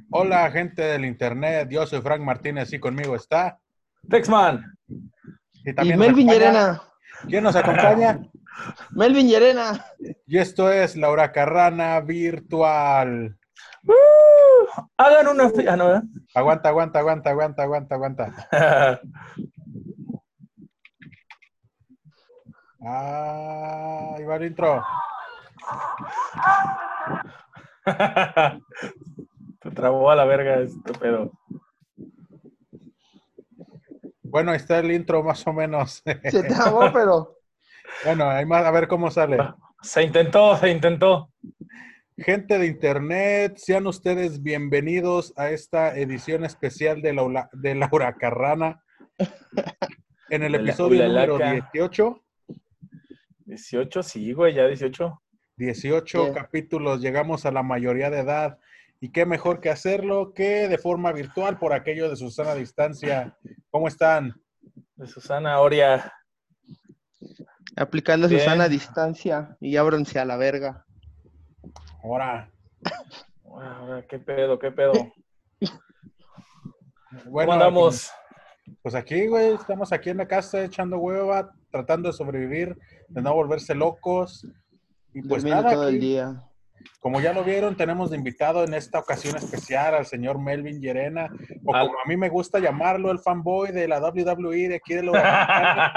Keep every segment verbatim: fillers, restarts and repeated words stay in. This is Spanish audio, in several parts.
Hola, gente del internet. Yo soy Frank Martínez y conmigo está. Texman. Y Y también nos Melvin acompaña. Llerena. ¿Quién nos acompaña? Melvin Llerena. Y esto es Laura Carrana Virtual. Uh, hagan una... fi- Ah, no, ¿verdad? Aguanta, aguanta, aguanta, aguanta, aguanta, aguanta. Ah, ahí va el intro. Te trabó a la verga este pedo. Bueno, ahí está el intro más o menos. Se trabó, pero Bueno, hay más, a ver cómo sale. Se intentó, se intentó. Gente de internet, sean ustedes bienvenidos a esta edición especial de Laura, de Laura Carrana. En el De la episodio número Ulalaca. dieciocho. dieciocho, sí, güey, ya dieciocho. dieciocho yeah. capítulos, llegamos a la mayoría de edad. Y qué mejor que hacerlo que de forma virtual por aquello de Susana Distancia. ¿Cómo están? De Susana Oria. aplicando su sana Bien. distancia y ábranse a la verga. Ahora. Ah, ¿Qué pedo, qué pedo? ¿Cómo Bueno, como- andamos? pues aquí, güey, estamos aquí en la casa echando hueva, tratando de sobrevivir, de no volverse locos. Y pues Durmiendo nada, todo el aquí, día. como ya lo vieron, tenemos de invitado en esta ocasión especial al señor Melvin Llerena, o Al- como a mí me gusta llamarlo, el fanboy de la W W E de aquí de la Huracán.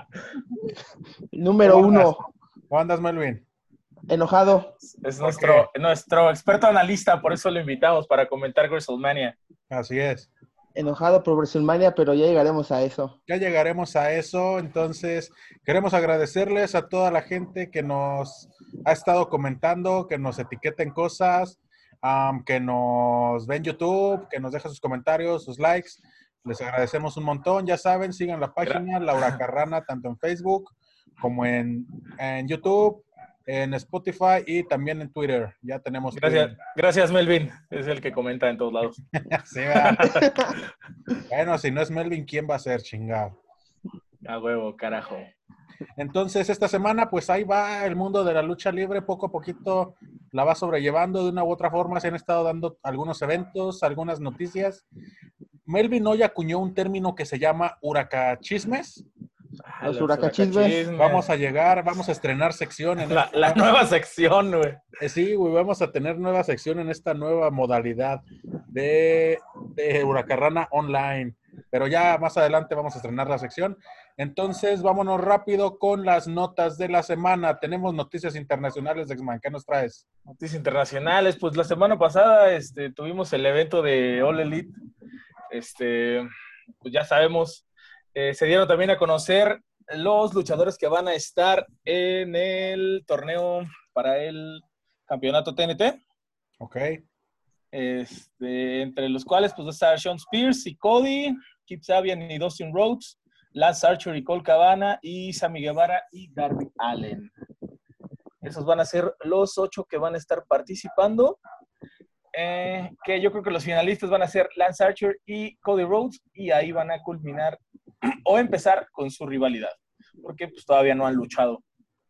Número ¿Cómo andas? uno. ¿Cómo andas, Melvin? Enojado. Es ¿Por qué? nuestro, nuestro experto analista, por eso lo invitamos para comentar WrestleMania. Así es. Enojado por WrestleMania, pero ya llegaremos a eso. Ya llegaremos a eso. Entonces, queremos agradecerles a toda la gente que nos ha estado comentando, que nos etiqueten cosas, um, que nos ven YouTube, que nos dejen sus comentarios, sus likes. Les agradecemos un montón. Ya saben, sigan la Gra- página Laura Carrana, tanto en Facebook como en, en YouTube, en Spotify y también en Twitter. Ya tenemos Twitter. Gracias, gracias Melvin. Es el que comenta en todos lados. Sí, ¿verdad? Bueno, si no es Melvin, ¿quién va a ser, chingado? A huevo, carajo. Entonces, esta semana, pues ahí va el mundo de la lucha libre, poco a poquito la va sobrellevando de una u otra forma. Se han estado dando algunos eventos, algunas noticias. Melvin hoy acuñó un término que se llama huracachismes. Ah, Los los huracachismes. Vamos huracachismes. a llegar, vamos a estrenar sección en La, esta la nueva. nueva sección, güey. Eh, sí, güey, vamos a tener nueva sección en esta nueva modalidad de, de Huracarrana Online. Pero ya más adelante vamos a estrenar la sección. Entonces, vámonos rápido con las notas de la semana. Tenemos noticias internacionales de X-Man. ¿Qué nos traes? Noticias internacionales. Pues la semana pasada este, tuvimos el evento de All Elite. Este, pues ya sabemos, eh, se dieron también a conocer los luchadores que van a estar en el torneo para el campeonato T N T. Ok. Este, entre los cuales pues va a estar Sean Spears y Cody, Kip Sabian y Dustin Rhodes, Lance Archer y Colt Cabana, y Sammy Guevara y Darby Allin. Esos van a ser los ocho que van a estar participando. Eh, que yo creo que los finalistas van a ser Lance Archer y Cody Rhodes, y ahí van a culminar o empezar con su rivalidad, porque pues todavía no han luchado.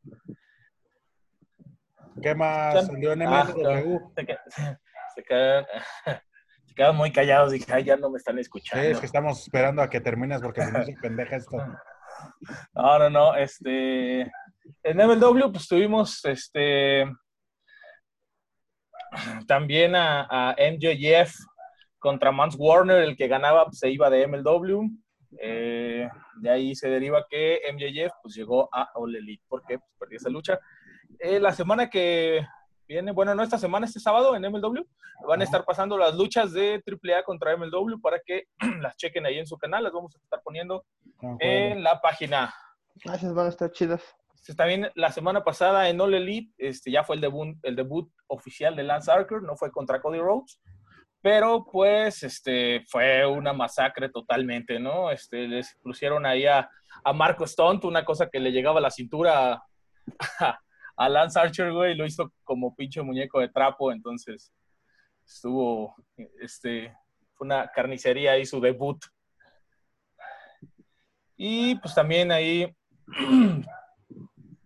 ¿Qué más salió en Ah, M L W? se, quedan, se, quedan, se quedan muy callados. Dije, ay, ya no me están Sí, escuchando. es que estamos esperando a que termines porque si no se pendeja esto. No, no, no. Este, en M L W, pues tuvimos este, también a, a M J F contra Mance Warner. El que ganaba pues, se iba de M L W. Eh, de ahí se deriva que M J F pues, llegó a All Elite porque pues, perdió esa lucha. Eh, la semana que viene, bueno, no esta semana, este sábado en M L W, van a estar pasando las luchas de triple A contra M L W para que las chequen ahí en su canal. Las vamos a estar poniendo No, en la página. Ah, esas van a estar chidas. También la semana pasada en All Elite este, ya fue el debut, el debut oficial de Lance Archer, no fue contra Cody Rhodes, pero pues este, fue una masacre totalmente, ¿no? Este, les pusieron ahí a, a Marco Stunt, una cosa que le llegaba a la cintura a, a, a Lance Archer, güey, y lo hizo como pinche muñeco de trapo, entonces estuvo, este, fue una carnicería ahí su debut. Y pues también ahí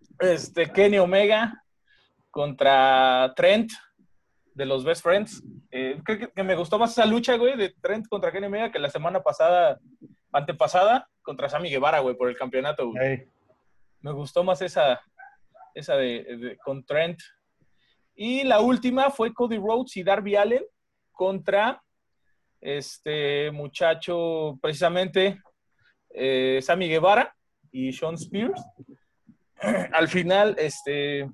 este, Kenny Omega contra Trent de los Best Friends. Eh, creo que, que me gustó más esa lucha, güey, de Trent contra Kenny Omega que la semana pasada, antepasada, contra Sammy Guevara, güey, por el campeonato, güey. Hey. Me gustó más esa, esa de, de, con Trent. Y la última fue Cody Rhodes y Darby Allin contra este muchacho, precisamente, eh, Sammy Guevara y Shawn Spears. Al final, este,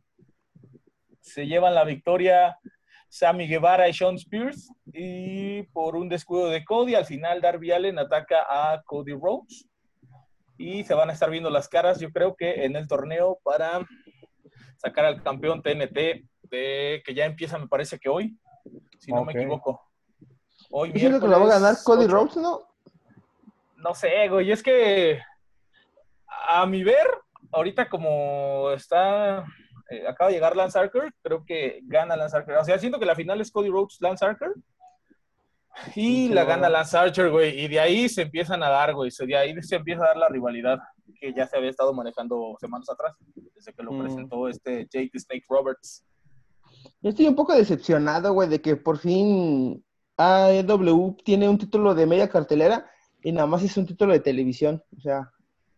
se llevan la victoria Sammy Guevara y Shawn Spears, y por un descuido de Cody, al final Darby Allin ataca a Cody Rhodes y se van a estar viendo las caras, yo creo que en el torneo para sacar al campeón T N T, de, que ya empieza, me parece que hoy, si no Okay. me equivoco. Hoy Yo siento que lo va a ganar Cody ocho. Rhodes, ¿no? No sé, güey, es que a mi ver, ahorita como está, eh, acaba de llegar Lance Archer, creo que gana Lance Archer. O sea, siento que la final es Cody Rhodes, Lance Archer, y Sí, la seguro. gana Lance Archer, güey, y de ahí se empiezan a dar, güey, de ahí se empieza a dar la rivalidad que ya se había estado manejando semanas atrás, desde que lo Mm. presentó este Jake the Snake Roberts. Yo estoy un poco decepcionado, güey, de que por fin A E W tiene un título de media cartelera y nada más es un título de televisión. O sea,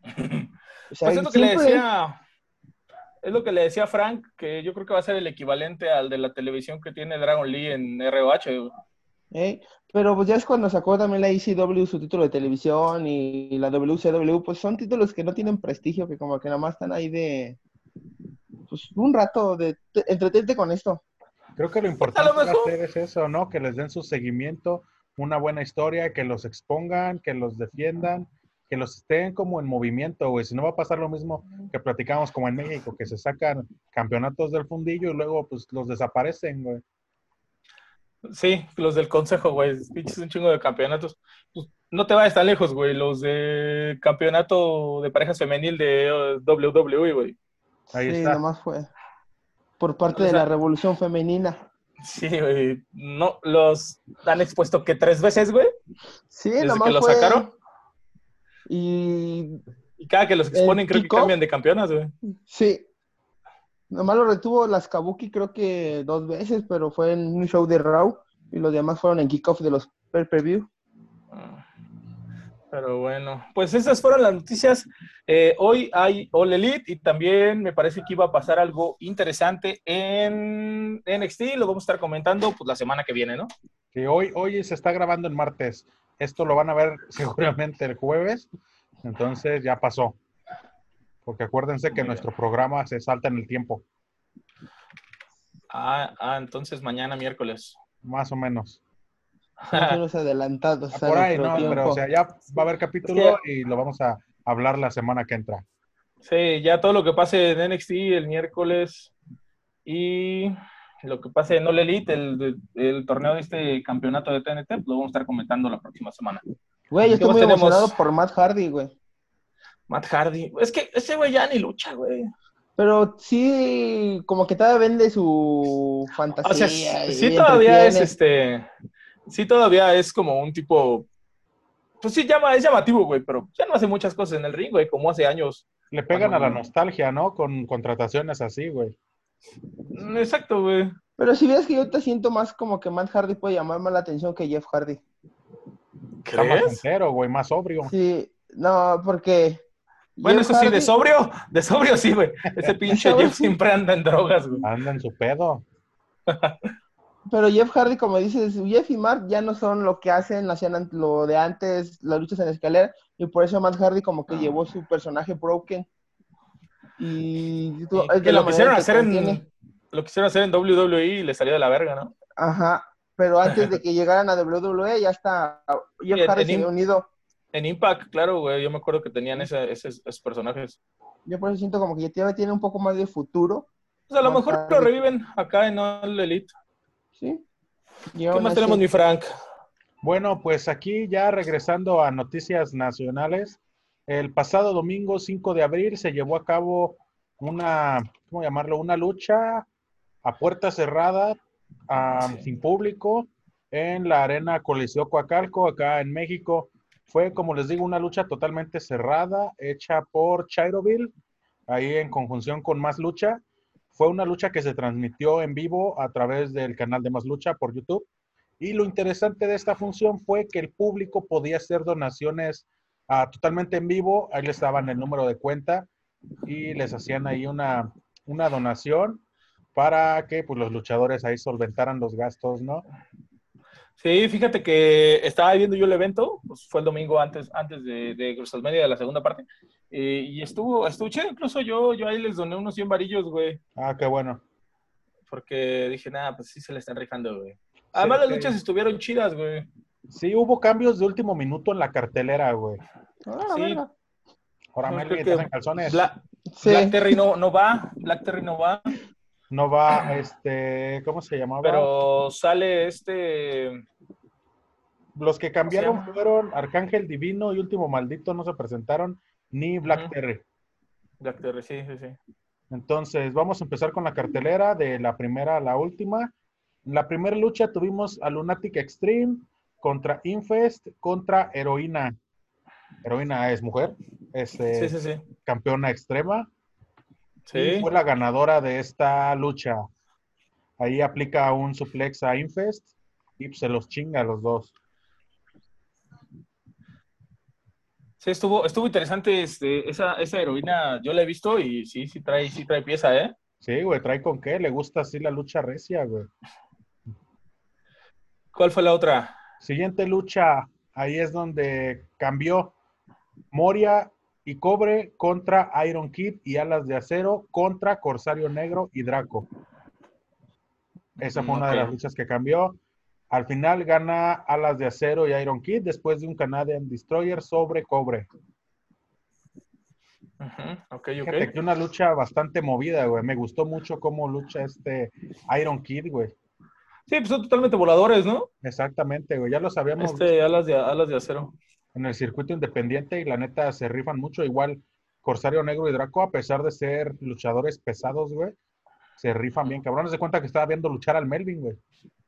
o sea Pues es lo que le siempre... decía, es lo que le decía Frank, que yo creo que va a ser el equivalente al de la televisión que tiene Dragon Lee en R O H, güey. ¿eh? Pero pues ya es cuando sacó también la E C W su título de televisión y la W C W, pues son títulos que no tienen prestigio, que como que nada más están ahí de... Pues un rato de... te- Entretente con esto. Creo que lo A importante lo va a mejor. ser es eso, ¿no? Que les den su seguimiento, una buena historia, que los expongan, que los defiendan, que los estén como en movimiento, güey. Si no va a pasar lo mismo que platicamos como en México, que se sacan campeonatos del fundillo y luego pues los desaparecen, güey. Sí, los del consejo, güey. Pinches un chingo de campeonatos. Pues, no te vayas tan lejos, güey. Los de campeonato de parejas femenil de eh, W W E, güey. Ahí Sí, está. nomás fue por No parte les de la ha- revolución femenina. Sí, güey. No, los han expuesto que tres veces, güey, Sí, desde que nomás los fue... sacaron. Y Y cada que los exponen, el creo que kickoff, cambian de campeonas, güey. sí, nomás lo retuvo las Kabuki creo que dos veces, pero fue en un show de Raw y los demás fueron en kickoff de los pay-per-view. Ah, Pero bueno, pues esas fueron las noticias. Eh, hoy hay All Elite y también me parece que iba a pasar algo interesante en N X T. Lo vamos a estar comentando pues la semana que viene, ¿no? Que hoy, hoy se está grabando en martes. Esto lo van a ver seguramente el jueves. Entonces ya pasó. Porque acuérdense que Muy bien. nuestro programa se salta en el tiempo, Ah, ah, entonces mañana miércoles. más o menos. Somos unos adelantados Ah, a por ahí, nuestro ¿no? tiempo. Pero o sea, ya va a haber Es capítulo que, y lo vamos a hablar la semana que entra. sí, ya todo lo que pase en N X T el miércoles y lo que pase en All Elite, el, el torneo de este campeonato de T N T, pues lo vamos a estar comentando la próxima semana. Güey, yo ¿Qué estoy más muy tenemos? emocionado por Matt Hardy, güey. Matt Hardy. Es que ese güey ya ni lucha, güey. Pero sí, como que todavía vende su O sea, fantasía sí y todavía es entretiene. este. Sí todavía es como un tipo. Pues sí, llama, es llamativo, güey, pero ya no hace muchas cosas en el ring, güey, como hace años. Le pegan a la Cuando- nostalgia, ¿no? Con contrataciones así, güey. Mm, Exacto, güey. Pero si ves que yo te siento más como que Matt Hardy puede llamar más la atención que Jeff Hardy. Está más ¿Crees? entero, güey, más sobrio. Sí, no, porque Bueno, Jeff eso sí, de Hardy- sobrio, de sobrio sí, güey. Ese pinche sobrio Jeff sí. siempre anda en drogas, güey. Anda en su pedo. Pero Jeff Hardy, como dices, Jeff y Mark ya no son lo que hacen, hacían an- lo de antes, las luchas en la escalera, y por eso Matt Hardy como que llevó su personaje Broken. Y tú- Y es que de la lo manera quisieron en que hacer contiene. en. Lo quisieron hacer en W W E y le salió de la verga, ¿no? Ajá, pero antes de que llegaran a W W E ya está, Jeff en- Hardy en se había Im- unido. En Impact, claro, güey. Yo me acuerdo que tenían ese- esos, esos personajes. Yo por eso siento como que ya tiene- tiene un poco más de futuro. Pues a lo Matt mejor Hardy. lo reviven acá en All Elite. Sí. Y ¿Qué aún más así- tenemos, mi Frank? Bueno, pues aquí ya regresando a noticias nacionales, el pasado domingo cinco de abril se llevó a cabo una, ¿cómo llamarlo? Una lucha a puerta cerrada, ah, Sí. sin público, en la Arena Coliseo Coacalco, acá en México. Fue, como les digo, una lucha totalmente cerrada, hecha por Chairoville, ahí en conjunción con Más Lucha. Fue una lucha que se transmitió en vivo a través del canal de Más Lucha por YouTube. Y lo interesante de esta función fue que el público podía hacer donaciones uh, totalmente en vivo. Ahí les daban el número de cuenta y les hacían ahí una, una donación para que pues, los luchadores ahí solventaran los gastos, ¿no? Sí, fíjate que estaba viendo yo el evento, pues fue el domingo antes, antes de, de WrestleMania, de la segunda parte, eh, y estuvo, estuvo chido. Incluso yo, yo ahí les doné unos cien varillos, güey, Ah, qué bueno. porque dije, nada, pues sí se le están rifando, güey. Sí, Además, las sí. luchas estuvieron chidas, güey. Sí, hubo cambios de último minuto en la cartelera, güey. Ah, la Sí, verga. Ahora, no, Melvin, creo estás que en calzones. Black, Sí. Black Terry no, no va, Black Terry no va, No va, este, ¿cómo se llamaba? pero sale este, Los que ¿cómo se cambiaron llama? fueron Arcángel Divino y Último Maldito, no se presentaron, ni Black Ujú, Terry. Black Terry, sí, sí, sí. Entonces, vamos a empezar con la cartelera de la primera a la última. En la primera lucha tuvimos a Lunatic Extreme contra Infest contra Heroína. Heroína es mujer, es Sí, eh, sí, sí. campeona extrema y Sí. fue la ganadora de esta lucha. Ahí aplica un suplex a Infest y pues, se los chinga a los dos. Sí, estuvo, estuvo interesante este, esa, esa heroína, yo la he visto y sí, sí trae, sí trae pieza, ¿eh? Sí, güey, trae con qué, le gusta así la lucha recia, güey. ¿Cuál fue la otra? Siguiente lucha, ahí es donde cambió Moria y Cobre contra Iron Kid y Alas de Acero contra Corsario Negro y Draco. Esa fue Mm, una ok. de las luchas que cambió. Al final gana Alas de Acero y Iron Kid después de un Canadian Destroyer sobre Cobre. Ujú, ok, ok. Fíjate que una lucha bastante movida, güey. Me gustó mucho cómo lucha este Iron Kid, güey. Sí, pues son totalmente voladores, ¿no? Exactamente, güey. Ya los habíamos Este, visto alas de, alas de acero. en el circuito independiente y la neta se rifan mucho. Igual Corsario Negro y Draco, a pesar de ser luchadores pesados, güey, se rifan bien. Cabrones de cuenta que estaba viendo luchar al Melvin, güey.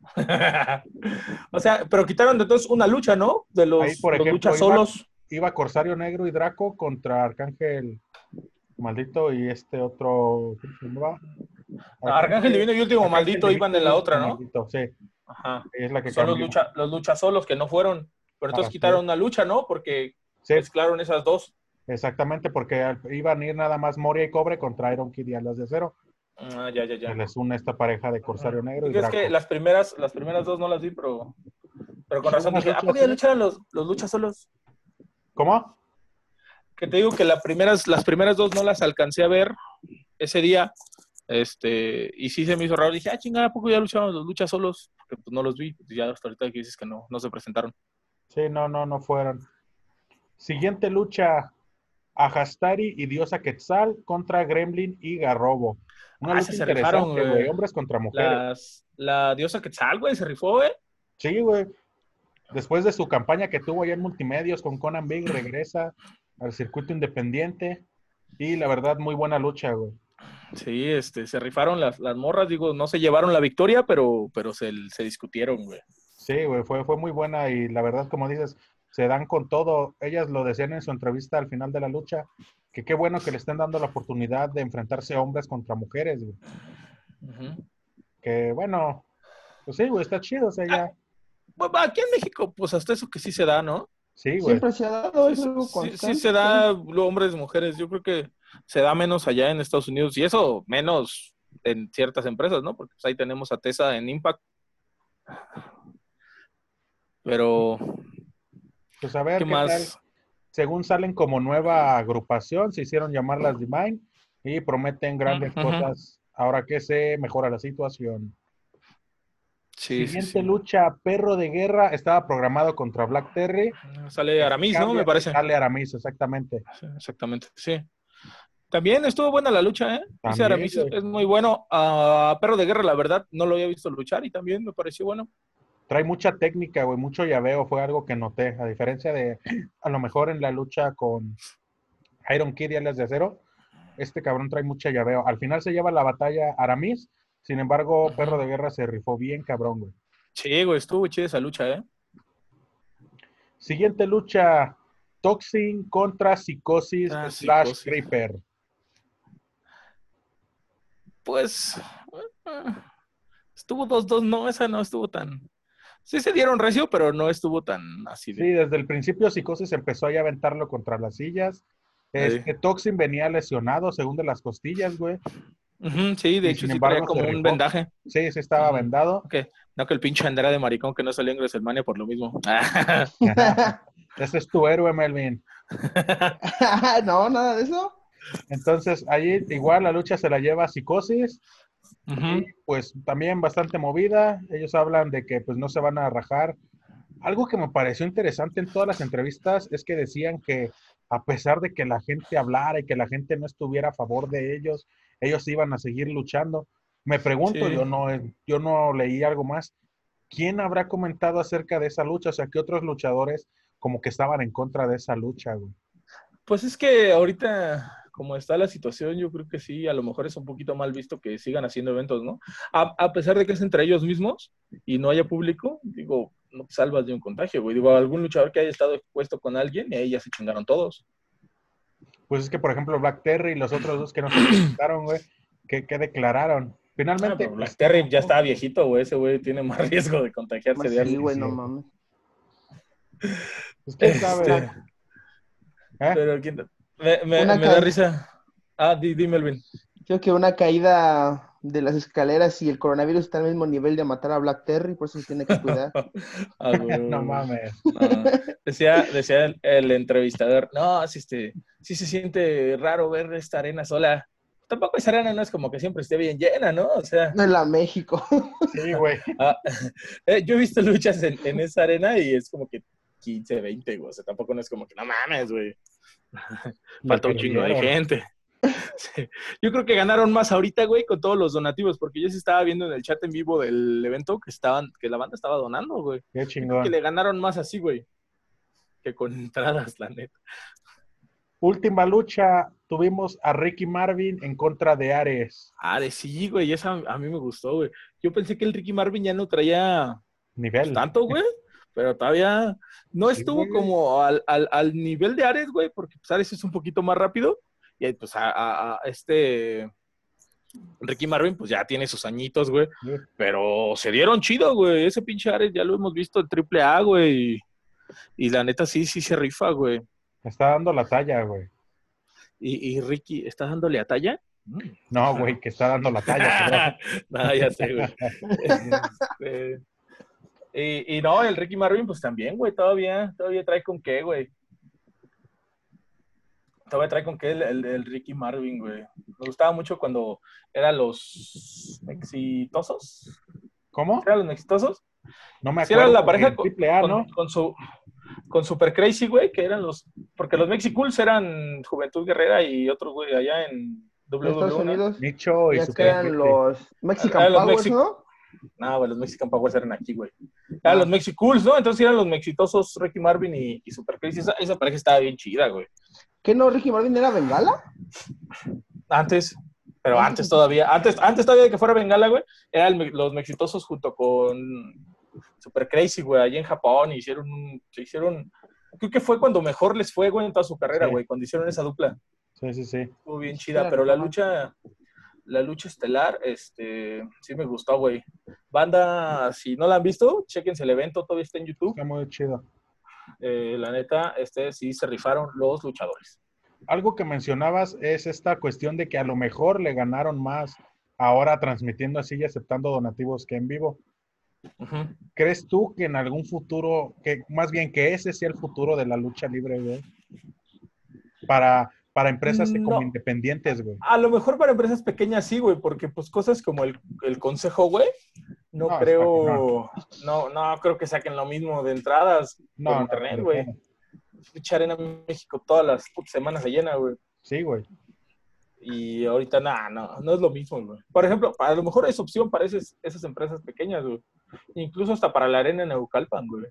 O sea, pero quitaron de todos una lucha, ¿no? De Ahí, los, por los ejemplo, luchas iba, solos. iba Corsario Negro y Draco contra Arcángel Maldito y este otro, ¿cómo se llamaba? Arcángel Arcángel, Divino y Último Arcángel Maldito iban Divino en y la Último otra, ¿no? Maldito, sí, Ajá. es la que Son los cambió. lucha, los luchas solos que no fueron. Pero entonces Así es. quitaron una lucha, ¿no? Porque Sí, mezclaron esas dos. exactamente, porque al- iban a ir nada más Moria y Cobre contra Iron Kid y Alas de Acero. Ah, ya, ya, Se ya. les une esta pareja de Ujú. Corsario Negro ¿Qué y crees que Draco. las primeras, las primeras dos no las vi, pero, pero con Son razón buenas dije, ¿a poco luchas, ya ¿eh? lucharon los, los luchas solos? ¿Cómo? Que te digo que las primeras, las primeras dos no las alcancé a ver ese día. Este, y sí se me hizo raro. Dije, ah, chingada, ¿a poco ya lucharon los luchas solos? Porque pues no los vi. Ya hasta ahorita que dices que no, no se presentaron. Sí, no, no, no fueron. Siguiente lucha, Ajastari y Diosa Quetzal contra Gremlin y Garrobo. Una Ah, esas lucha se rifaron, interesante, güey. güey. Hombres contra mujeres. Las, la diosa Quetzal, güey, se rifó, güey. Sí, güey. Después de su campaña que tuvo allá en multimedios con Conan Big, regresa al circuito independiente. Y la verdad, muy buena lucha, güey. Sí, este, se rifaron las, las morras, digo, no se llevaron la victoria, pero, pero se, se discutieron, güey. Sí, güey, fue, fue muy buena y la verdad, como dices, se dan con todo. Ellas lo decían en su entrevista al final de la lucha, que qué bueno que le estén dando la oportunidad de enfrentarse hombres contra mujeres, güey. Ujú. Que bueno, pues sí, güey, está chido, o sea, Ah, ya. bueno, aquí en México, pues hasta eso que sí se da, ¿no? Sí, güey. Siempre se ha dado, Sí, es sí, algo sí, sí constante. se Sí. da lo hombres y mujeres. Yo creo que se da menos allá en Estados Unidos y eso menos en ciertas empresas, ¿no? Porque pues, ahí tenemos a Tesa en Impact. Pero, Pues a ¿qué ver qué tal. más? Según salen como nueva agrupación, se hicieron llamar las Divine y prometen grandes Ujú. cosas ahora que se mejora la situación. Sí, sí, Siguiente sí. lucha, Perro de Guerra, estaba programado contra Black Terry. Sale Aquí Aramis, ¿no? Me cambia y parece. sale Aramis, exactamente. Sí, exactamente, sí. También estuvo buena la lucha, ¿eh? Ese También, Aramis es, güey. es muy bueno. A Perro de Guerra, la verdad, no lo había visto luchar y también me pareció bueno. Trae mucha técnica, güey, mucho llaveo, fue algo que noté. A diferencia de, a lo mejor en la lucha con Iron Kid y Alas de Acero, este cabrón trae mucha llaveo. Al final se lleva la batalla Aramis, sin embargo, Perro Ujú. de Guerra se rifó bien, cabrón, güey. Sí, güey, estuvo chida esa lucha, ¿eh? Siguiente lucha, Toxin contra Psicosis Ah, slash psicosis. Creeper. Pues, eh, estuvo dos dos, no, esa no estuvo tan, Sí se dieron recio, pero no estuvo tan así de... Sí, desde el principio Psicosis empezó ahí a aventarlo contra las sillas. Ahí. Este, Toxin venía lesionado, según de las costillas, güey. Ujú, sí, de Y hecho sin sí traía embargo se como un rifó. vendaje. Sí, sí estaba Ujú. vendado. Okay. No que el pinche Andrade maricón que no salió en WrestleMania por lo mismo. Ese es tu héroe, Melvin. No, nada de eso. Entonces, ahí igual la lucha se la lleva Psicosis. Y Ujú. pues también bastante movida. Ellos hablan de que pues no se van a rajar. Algo que me pareció interesante en todas las entrevistas es que decían que a pesar de que la gente hablara y que la gente no estuviera a favor de ellos, ellos iban a seguir luchando. Me pregunto, Sí. yo no, yo no leí algo más. ¿Quién habrá comentado acerca de esa lucha? O sea, ¿qué otros luchadores como que estaban en contra de esa lucha, güey? Pues es que ahorita, como está la situación, yo creo que sí, a lo mejor es un poquito mal visto que sigan haciendo eventos, ¿no? A, a pesar de que es entre ellos mismos y no haya público, digo, no te salvas de un contagio, güey. Digo, algún luchador que haya estado expuesto con alguien y ahí ya se chingaron todos. Pues es que, por ejemplo, Black Terry y los otros dos que no se presentaron, güey, que, que declararon. Ah, Finalmente, pero Black pues, Terry ya estaba viejito, güey. Ese güey tiene más riesgo de contagiarse Pues de sí, algo. güey, sí, no sí. mames. Pues quién sabe, Este, Una, ¿eh? pero ¿quién- me, me, una me da caída, risa. Ah, di, dime, Melvin. creo que una caída de las escaleras y el coronavirus está al mismo nivel de matar a Black Terry, por eso se tiene que cuidar. Ah, No güey. mames. No. Decía, decía el, el entrevistador, no, sí, este, sí se siente raro ver esta arena sola. Tampoco esa arena no es como que siempre esté bien llena, ¿no? O sea, No es la México. Sí, güey. ah, eh, yo he visto luchas en, en esa arena y es como que quince, veinte, güey. O sea, tampoco no es como que no mames, güey. Le Falta un chingo de perdieron. gente. Sí. Yo creo que ganaron más ahorita, güey, con todos los donativos, porque yo sí estaba viendo en el chat en vivo del evento que estaban, que la banda estaba donando, güey. Qué Yo creo que chingón. le ganaron más así, güey, que con entradas, la neta. Última lucha, tuvimos a Ricky Marvin en contra de Ares. Ah, de sí, güey, esa a mí me gustó, güey. Yo pensé que el Ricky Marvin ya no traía pues, Nivel. tanto, güey, pero todavía no Sí, estuvo güey. como al, al, al nivel de Ares, güey, porque pues, Ares es un poquito más rápido y ahí, pues a, a, a este Ricky Marvin pues ya tiene sus añitos, güey, pero se dieron chido, güey. Ese pinche Ares ya lo hemos visto en triple A, güey, y, y la neta sí, sí se rifa, güey. Está dando la talla, güey. Y, y Ricky, ¿está dándole a talla? No, güey, que está dando la talla, perdón. No, ya sé, güey. Este, y, y no, el Ricky Marvin, pues también, güey, todavía, todavía trae con qué, güey. Todavía trae con qué el, el, el Ricky Marvin, güey. Me gustaba mucho cuando eran los exitosos. ¿Cómo? ¿Eran los exitosos? No me Sí, era la acuerdo. pareja En con, triple A, con, ¿no? con su con Super Crazy, güey, que eran los, porque los Mexicools eran Juventud Guerrera y otros, güey, allá en En Estados W W E, ¿no? Unidos, Nicho y ya que Super eran Crazy. los Mexican Eran los Powers, Mexic ¿no? No, güey, los Mexican Powers eran aquí, güey. Eran Ah. los Mexicools, ¿no? Entonces eran los Mexitosos Ricky Marvin y, y Super Crazy. Esa, esa pareja estaba bien chida, güey. ¿Qué no, Ricky Marvin era Bengala? Antes, pero Antes, antes entonces. todavía, antes, antes todavía de que fuera Bengala, güey, eran el- los Mexitosos junto con Super Crazy, güey, allí en Japón, y hicieron, un- se hicieron, creo que fue cuando mejor les fue, güey, en toda su carrera, Sí, güey, cuando hicieron esa dupla. sí, sí, sí. Estuvo bien Sí, chida, la pero la recuerdo. lucha, la lucha estelar, este, sí me gustó, güey. Banda, si no la han visto, chéquense el evento, todavía está en YouTube. Está muy chido. Eh, la neta, este sí se rifaron los luchadores. Algo que mencionabas es esta cuestión de que a lo mejor le ganaron más ahora transmitiendo así y aceptando donativos que en vivo. Uh-huh. ¿Crees tú que en algún futuro, que más bien que ese sea el futuro de la lucha libre, güey? Para, para empresas como No, independientes, güey. a lo mejor para empresas pequeñas sí, güey, porque pues cosas como el, el consejo, güey, no, No, está cañón. creo, no, no creo que saquen lo mismo de entradas por No, no, no, internet, de güey. todo. Pinche Arena México todas las putas semanas se llena, güey. Sí, güey. Y ahorita, nada, no, no es lo mismo, güey. Por ejemplo, a lo mejor es opción para esas, esas empresas pequeñas, güey. Incluso hasta para la arena en Neucalpan, güey.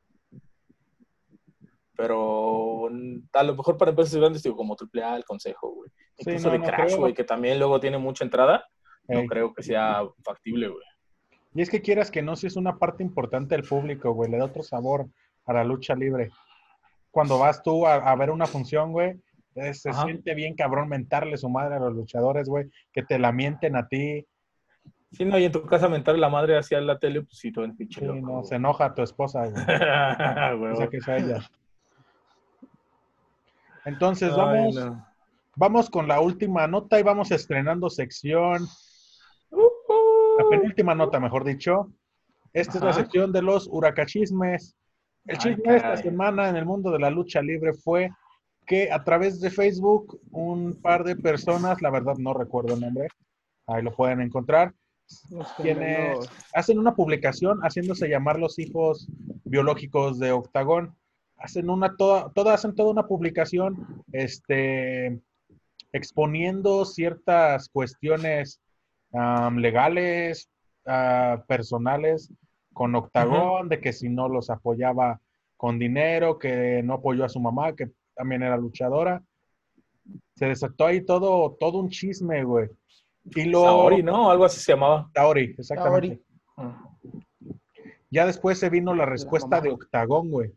Pero a lo mejor para empresas grandes, digo, como triple A, el Consejo, güey. Sí, Incluso no, de no Crash, creo. güey, que también luego tiene mucha entrada. No Ey. creo que sea factible, güey. Y es que quieras que no, si es una parte importante del público, güey, le da otro sabor a la lucha libre. Cuando vas tú a, a ver una función, güey, eh, se Ajá. siente bien cabrón mentarle su madre a los luchadores, güey, que te la mienten a ti. Sí, no, y en tu casa mentar la madre hacia la tele, pues sí, todo el pinche Sí, loco. no, se enoja tu esposa, güey. Piensa que es a ella. Entonces, Ay, vamos, no. vamos con la última nota y vamos estrenando sección. La Uh-huh. penúltima nota, mejor dicho. Esta es la Ajá. sección de los huracachismes. El Ay, chisme de esta caray. semana en el mundo de la lucha libre fue que a través de Facebook un par de personas, la verdad no recuerdo el nombre, ahí lo pueden encontrar, Los quienes gemelos. hacen una publicación haciéndose llamar los hijos biológicos de Octagón. Hacen una toda, toda hacen toda una publicación este, exponiendo ciertas cuestiones um, legales, uh, personales con Octagón, Uh-huh. de que si no los apoyaba con dinero, que no apoyó a su mamá, que también era luchadora. Se desató ahí todo, todo un chisme, güey. Y lo... Saori, ¿no? Algo así se llamaba. Saori, Saori. exactamente. Ah. Ya después se vino la De la respuesta mamá. de Octagón, güey.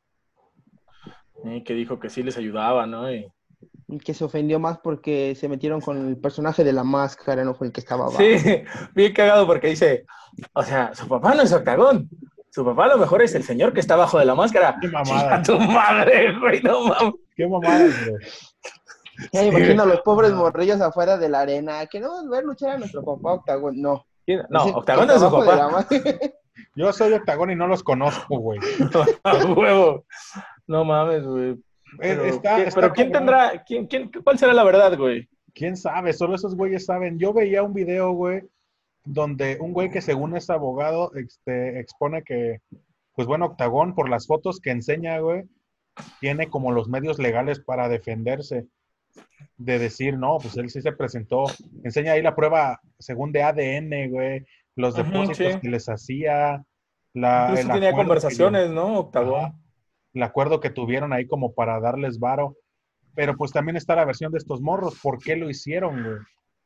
Y que dijo que sí les ayudaba, ¿no? Y... Y que se ofendió más porque se metieron con el personaje de la máscara, no fue el que estaba abajo. Sí, bien cagado porque dice, o sea, su papá no es Octagón. Su papá a lo mejor es el señor que está abajo de la máscara. Qué Chinga mamada. tu madre, güey, no mames. Qué mamadas, güey. Ya me Sí, imagino a güey. los pobres morrillos afuera de la arena. Que no ver luchar a nuestro papá Octagón. No. ¿Quién? Es No, el que Octagón está es su abajo de la papá. máscara. Yo soy Octagón y no los conozco, güey. A huevo. No mames, güey. Es- Pero, Está, ¿qué- está pero ¿quién cabrón. tendrá, quién, quién, cuál será la verdad, güey? ¿Quién sabe? Solo esos güeyes saben. Yo veía un video, güey, donde un güey que según es abogado, este, expone que, pues bueno, Octagón, por las fotos que enseña, güey, tiene como los medios legales para defenderse, de decir, no, pues él sí se presentó. Enseña ahí la prueba, según de A D N, güey, los Ujú, depósitos sí. que les hacía, la, Incluso el tenía acuerdo que lle- conversaciones, ¿no? ajá, Octagón. el acuerdo que tuvieron ahí como para darles varo. Pero pues también está la versión de estos morros. ¿Por qué lo hicieron, güey?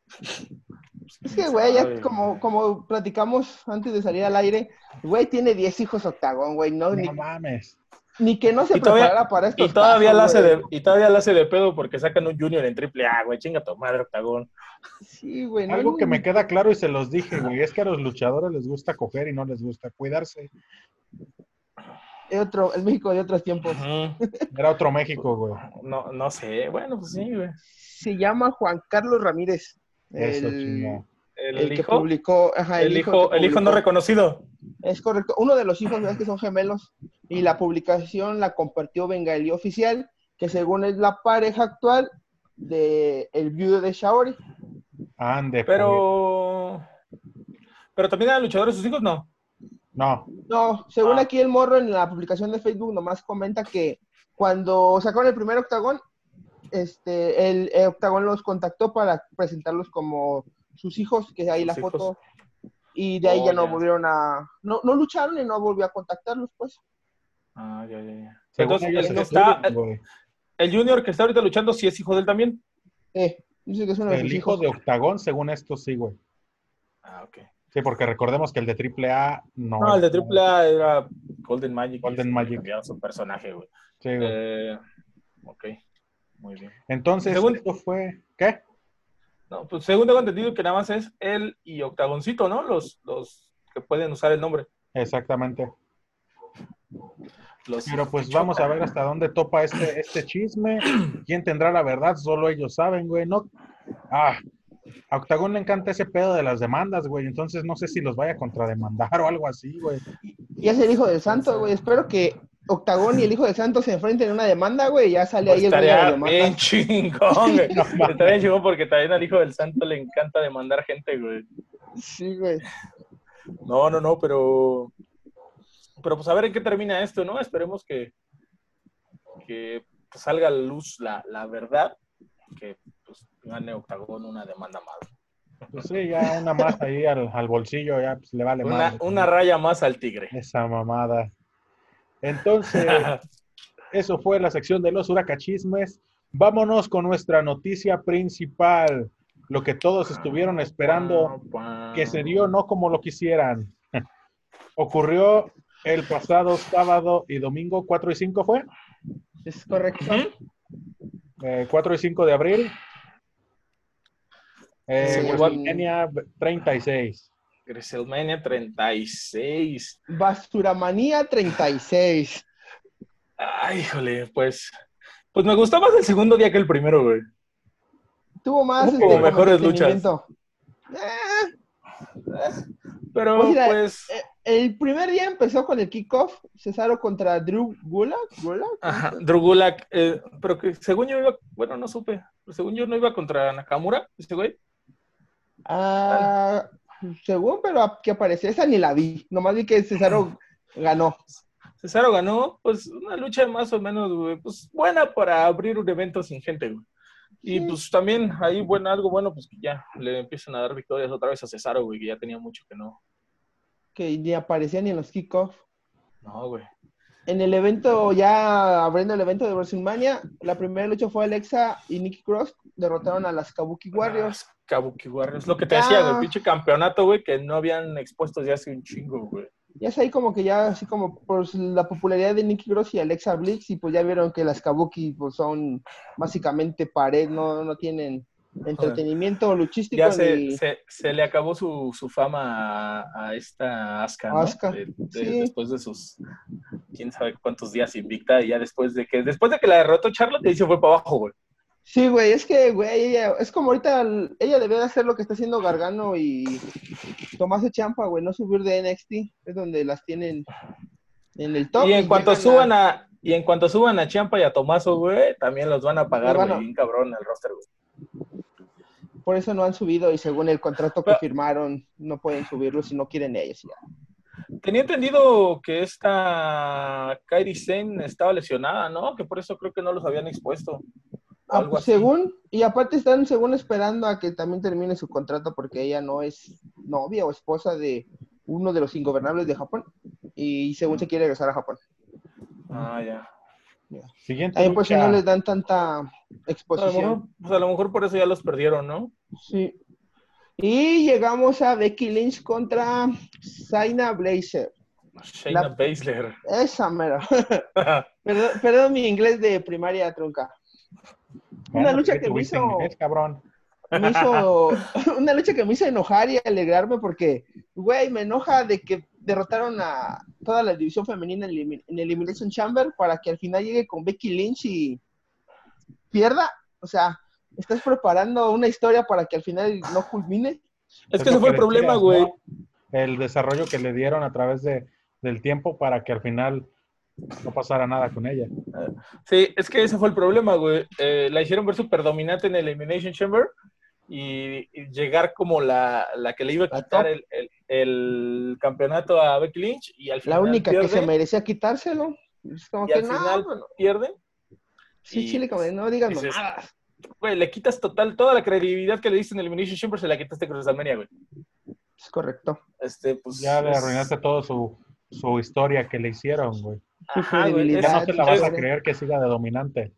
Es ¿Quién que, güey, ya sabe, como, güey? como platicamos antes de salir al aire, güey tiene diez hijos Octagón, güey. No, No ni, mames. ni que no se Y todavía, preparara para y estos todavía casos, la hace güey. de, y todavía la hace de pedo porque sacan un Junior en triple A, güey. Chinga tu madre, Octagón. Sí, güey, no, Algo ni, que me ni queda que- claro y se los dije, güey, es que a los luchadores les gusta coger y no les gusta cuidarse. es otro, el México de otros tiempos. Ujú. Era otro México, güey. No, no sé. Bueno, pues sí, güey. Se llama Juan Carlos Ramírez, Eso, el, chingado. El el que hijo, publicó, ajá, el el hijo que hijo, el hijo no publicó. reconocido. Es correcto. Uno de los hijos, ves que son gemelos, y la publicación la compartió Bengali Oficial, que según es la pareja actual de el viudo de Shaori. Ande, pues. Pero, pero también eran luchadores sus hijos, no. No, No, según Ah. aquí el morro en la publicación de Facebook nomás comenta que cuando sacaron el primer Octagón, este, el, el Octagón los contactó para presentarlos como sus hijos, que ahí Sus la hijos. foto, y de ahí Oh, ya no ya. volvieron a, no, no lucharon y no volvió a contactarlos, pues. Ah, ya, ya, ya. según Entonces, ellos el que estudian, está, güey. el Junior que está ahorita luchando, sí es hijo de él también. Eh, dice que es uno de El sus hijo hijos. de Octagón, según esto, sí, güey. Ah, ok. Sí, porque recordemos que el de triple A no. No, el de triple A era Golden Magic. Golden y Magic. cambiaron su personaje, güey. Sí, güey. Eh, ok, muy bien. Entonces, según- esto fue. ¿Qué? No, pues según tengo entendido que nada más es él y Octagoncito, ¿no? Los, los que pueden usar el nombre. Exactamente. Los Pero pues Pichota. vamos a ver hasta dónde topa este, este chisme. ¿Quién tendrá la verdad? Solo ellos saben, güey. No. Ah, a Octagón le encanta ese pedo de las demandas, güey. Entonces no sé si los vaya a contrademandar o algo así, güey. Y es el hijo del santo, güey. Espero que Octagón y el hijo del santo se enfrenten en una demanda, güey, y ya sale Pues ahí el güey de las estaría bien demandas. chingón, güey. No mames. Estaría bien chingón porque también al hijo del santo le encanta demandar gente, güey. Sí, güey. No, no, no, pero... Pero pues a ver en qué termina esto, ¿no? Esperemos que, que pues, salga a la luz la, la verdad, que pues gane Octagón una demanda más. Pues sí, ya una más ahí al, al bolsillo, ya pues le vale Una, madre. una raya más al tigre. Esa mamada. Entonces, eso fue la sección de los huracachismes. Vámonos con nuestra noticia principal. Lo que todos estuvieron esperando, que se dio no como lo quisieran. Ocurrió el pasado sábado y domingo, cuatro y cinco fue. Es correcto. Ujú. Eh, cuatro y cinco de abril. Eh, Sí, WrestleMania treinta y seis. WrestleMania treinta y seis. Basuramanía treinta y seis. Ay, híjole, pues, pues me gustó más el segundo día que el primero, güey. Tuvo más Hubo este, mejores luchas. entretenimiento. Eh, Pero pues, mira, pues, eh, el primer día empezó con el kickoff, Cesaro contra Drew Gulak. ¿Gulak? ajá, Drew Gulak, eh, pero que según yo iba, bueno, no supe, pero según yo no iba contra Nakamura, ese güey. Ah, según, pero que apareció esa ni la vi. Nomás vi que Cesaro ganó. Cesaro ganó, pues, una lucha más o menos, güey, pues, buena para abrir un evento sin gente, güey. Y Sí. pues también ahí, bueno, algo bueno, pues que ya le empiezan a dar victorias otra vez a Cesaro, güey, que ya tenía mucho que no. Que ni aparecía ni en los kickoffs. No, güey. En el evento, ya abriendo el evento de WrestleMania, la primera lucha fue Alexa y Nikki Cross derrotaron a las Kabuki Warriors. Ah, Kabuki Warriors, lo que te Ya. decía, güey, pinche campeonato, güey, que no habían expuesto ya hace un chingo, güey. Ya es ahí como que ya, así como por la popularidad de Nikki Cross y Alexa Bliss, y pues ya vieron que las Kabuki pues son básicamente pared, no, no tienen entretenimiento luchístico. Ya se, ni... se, se le acabó su, su fama a, a esta Asuka, ¿no? Asuka, De- de- sí. Después de sus quién sabe cuántos días invicta, y ya después de que después de que la derrotó Charlotte, ahí se fue para abajo, güey. Sí, güey, es que, güey, ella, es como ahorita, ella debe de hacer lo que está haciendo Gargano y Tommaso Ciampa, güey, no subir de N X T, es donde las tienen en el top. Y en cuanto llegan suban a, y en cuanto suban a Ciampa y a Tomaso, güey, también los van a pagar, Los van a- güey, bien cabrón el roster, güey. Por eso no han subido y según el contrato que Pero- firmaron, no pueden subirlo si no quieren ellos. Ya. Tenía entendido que esta Kairi Sane estaba lesionada, ¿no? Que por eso creo que no los habían expuesto. O Ah, algo pues, así. según, y aparte están según esperando a que también termine su contrato porque ella no es novia o esposa de uno de los ingobernables de Japón y según se quiere regresar a Japón. Ah, ya. Siguiente También por eso lucha. no les dan tanta A lo, exposición. mejor, pues a lo mejor por eso ya los perdieron, ¿no? Sí. Y llegamos a Becky Lynch contra Shayna Baszler. Shayna La- Baszler. Esa mera. perdón, perdón mi inglés de primaria trunca. Bueno, Una lucha ¿qué que me tuviste hizo, en inglés, cabrón? me hizo, una lucha que me hizo enojar y alegrarme porque, güey, me enoja de que derrotaron a toda la división femenina en, Elim- en Elimination Chamber para que al final llegue con Becky Lynch y pierda. O sea, estás preparando una historia para que al final no culmine. Es que lo ese fue el le problema, tiras, güey. ¿no? El desarrollo que le dieron a través de, del tiempo para que al final no pasara nada con ella. Sí, es que ese fue el problema, güey. Eh, la hicieron ver súper dominante en el Elimination Chamber y, y llegar como la, la que le iba a La quitar top. el, el- el campeonato a Becky Lynch y al La final única pierde, que se merecía quitárselo. Es como y que al no, final bueno, pierden. sí, y, chile, como pues, no digas dices, nada. güey, le quitas total toda la credibilidad que le diste en el Elimination Chamber, se la quitaste con WrestleMania, güey. Es correcto. Este, pues, Ya le es- arruinaste toda su, su historia que le hicieron, güey. Su Ajá, güey, Ya es- no credibilidad. se su la vas a historia. creer que siga de dominante.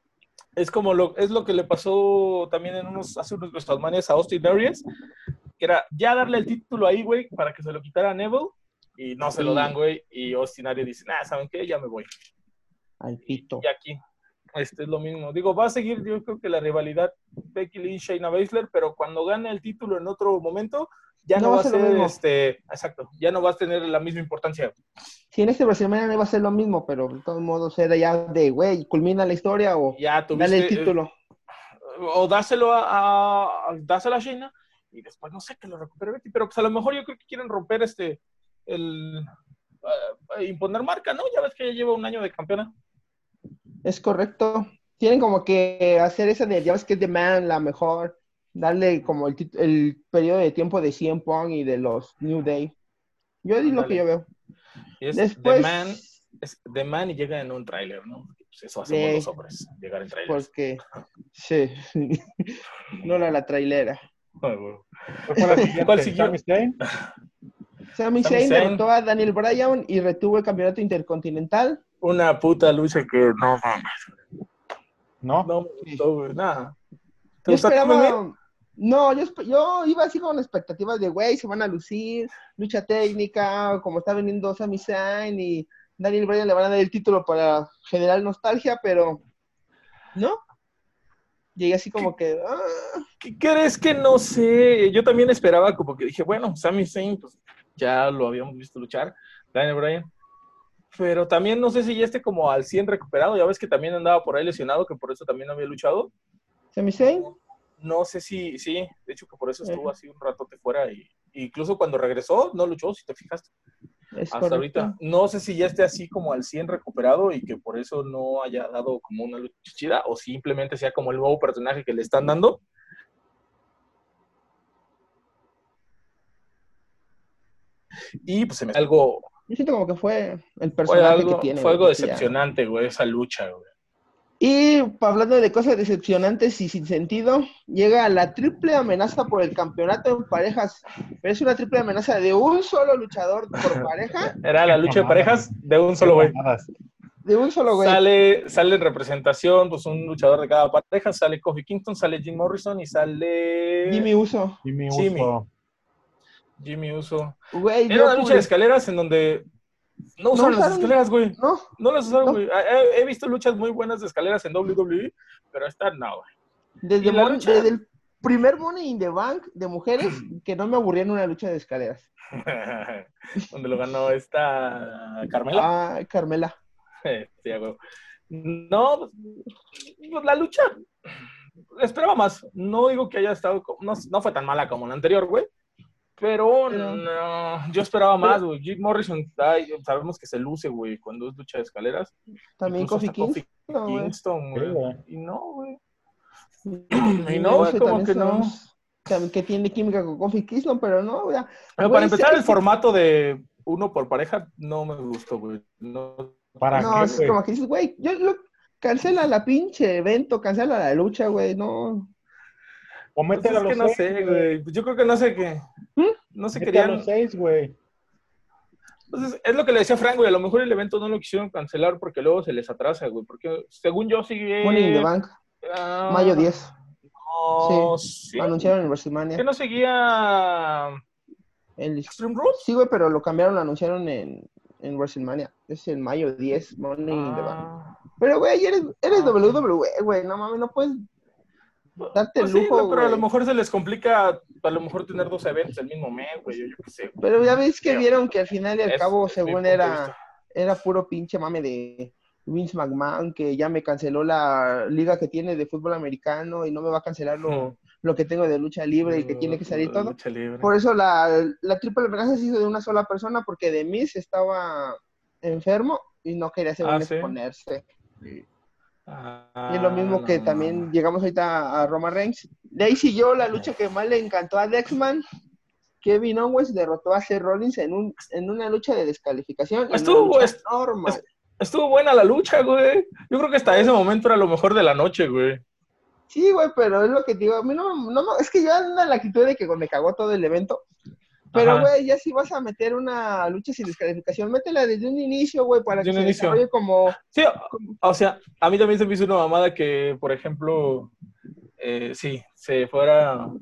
Es como lo, es lo que le pasó también en unos, hace unos WrestleMania a Austin Aries, que era ya darle el título ahí, güey, para que se lo quitara a Neville, y no se lo Sí. dan, güey, y Austin Aries dice, nah, ¿saben qué? Ya me voy. Al pito. Y aquí, este es lo mismo. Digo, va a seguir, yo creo que la rivalidad Becky Lynch, Shayna Baszler, pero cuando gane el título en otro momento, ya no, va a ser lo ser, mismo. este, exacto, ya no va a tener la misma importancia. Sí, en este WrestleMania no iba a ser lo mismo, pero de todos modos era ya de, güey, culmina la historia o Ya tuviste, dale el título. eh, o dáselo a, a, a- dáselo a Shayna, y después, no sé, que lo recupere Becky, pero pues a lo mejor yo creo que quieren romper este, el, uh, imponer marca, ¿no? Ya ves que ya lleva un año de campeona. Es correcto. Tienen como que hacer esa de, ya ves que es The Man, la mejor, darle como el, tit- el periodo de tiempo de C M Punk y de los New Day. Yo es lo Ándale. que yo veo. Y es Después, The Man, es The Man y llega en un tráiler, ¿no? Pues eso hacemos Sí. los hombres, llegar en tráilers. porque, sí, no era la trailera. Ay, güey. ¿Cuál fue la siguiente? ¿Cuál siguió? ¿Sami Zayn? Sami Sami Zayn Zayn. derrotó a Daniel Bryan y retuvo el campeonato intercontinental. Una puta lucha que no mames. ¿No? No me gustó, güey, nada. ¿Te Yo gustó a ti, Melvin? esperaba, no, yo, esp- yo iba así con expectativas de, güey, se van a lucir, lucha técnica, como está vendiendo Sami Zayn y Daniel Bryan le van a dar el título para generar nostalgia, pero no. llegué así como que... ah, ¿Qué crees que no sé? Yo también esperaba como que dije, bueno, Sami Zayn, pues ya lo habíamos visto luchar, Daniel Bryan, pero también no sé si ya esté como al cien recuperado, ya ves que también andaba por ahí lesionado, que por eso también no había luchado. ¿Sami Zayn? No sé si, sí, de hecho que por eso estuvo Eh, así un ratote fuera y incluso cuando regresó no luchó, si te fijaste, es hasta correcto. ahorita. No sé si ya esté así como al cien recuperado y que por eso no haya dado como una lucha chida o simplemente sea como el nuevo personaje que le están dando. Y pues se me algo, Yo siento como que fue el fue personaje que algo, tiene, fue güey, algo porque ya... decepcionante, güey, esa lucha, güey. Y pa- hablando de cosas decepcionantes y sin sentido, llega la triple amenaza por el campeonato en parejas, pero es una triple amenaza de un solo luchador por pareja, Era Qué la lucha de mamadas, parejas de un qué solo güey. mamadas. de un solo güey. Sale, sale en representación, pues un luchador de cada pareja, sale Kofi Kingston, sale Jim Morrison y sale Jimmy Uso. Y mi Jimmy, uso. Jimmy Uso. Güey, Era yo una lucha de publiqué. escaleras en donde no No usaron las usaron, escaleras, güey. no, No las usaron, no. güey. He, he visto luchas muy buenas de escaleras en W W E, pero esta no, güey. Desde, Y la Mon- lucha, desde el primer Money in the Bank de mujeres, que no me aburría en una lucha de escaleras. donde lo ganó esta Carmela. Ah, Carmela. Sí, güey. No, pues la lucha esperaba más. No digo que haya estado, no, no fue tan mala como la anterior, güey. Pero Pero, no, yo esperaba más, pero güey. Jim Morrison, ay, sabemos que se luce, güey, cuando es lucha de escaleras. también Incluso Kofi hasta Kofi Kingston, güey. Kingston, Sí, güey. güey. Y no, güey. Y Y Jimmy no, güey, Uso como también que no. sabemos también que tiene química con Kofi Kingston, pero no, ya. Pero para Güey, si empezar, hay el que... formato de uno por pareja no me gustó, güey. No, ¿Para No, qué, es güey? como que dices, güey, yo lo... cancela la pinche evento, cancela la lucha, güey, no. O pues métela a es que los no seis, sé, güey. güey. Pues yo creo que no sé qué. ¿Mm? No se Mete a los querían. seis, güey. Pues es, es lo que le decía Frank, güey. A lo mejor el evento no lo quisieron cancelar porque luego se les atrasa, güey. Porque según yo Money in the sigue. Bank, mayo ah, diez. no, Sí, sí. anunciaron en Que WrestleMania. no seguía El... Extreme Rules. Sí, güey, pero lo cambiaron, lo anunciaron en, en WrestleMania. Es el mayo diez, Money in the Bank. Ah, Pero, güey, eres, eres ah, ok. W W E, güey, no mames, no puedes darte el Pues sí, güey, lujo, pero a lo güey. mejor se les complica a lo mejor tener dos eventos el mismo mes, güey. Yo, yo qué sé, güey. Pero ya ves que Digo, vieron que al final y al es, cabo, es mi según punto de vista. era, era puro pinche mame de Vince McMahon, que ya me canceló la liga que tiene de fútbol americano y no me va a cancelar lo, lo que tengo de lucha libre y que tiene que salir todo. Lucha libre. Por eso la, la triple amenaza se hizo de una sola persona, porque The Miz estaba enfermo y no quería según Ah, ¿sí? exponerse. Ah, Y es lo mismo que no, también no. llegamos ahorita a Roman Reigns. De ahí siguió la lucha que más le encantó a Dexman. Kevin Owens derrotó a Seth Rollins en, un, en una lucha de descalificación y en una Estuvo, lucha est- normal. est- estuvo buena la lucha, güey. Yo creo que hasta ese momento era lo mejor de la noche, güey. Sí, güey, pero es lo que te digo. A mí no, no, no, es que yo ando en la actitud de que me cagó todo el evento. Pero, Ajá. güey, ya si vas a meter una lucha sin descalificación, métela desde un inicio, güey, para Desde que un se inicio. desarrolle como... Sí, o sea, a mí también se me hizo una mamada que, por ejemplo, eh, sí, se fuera,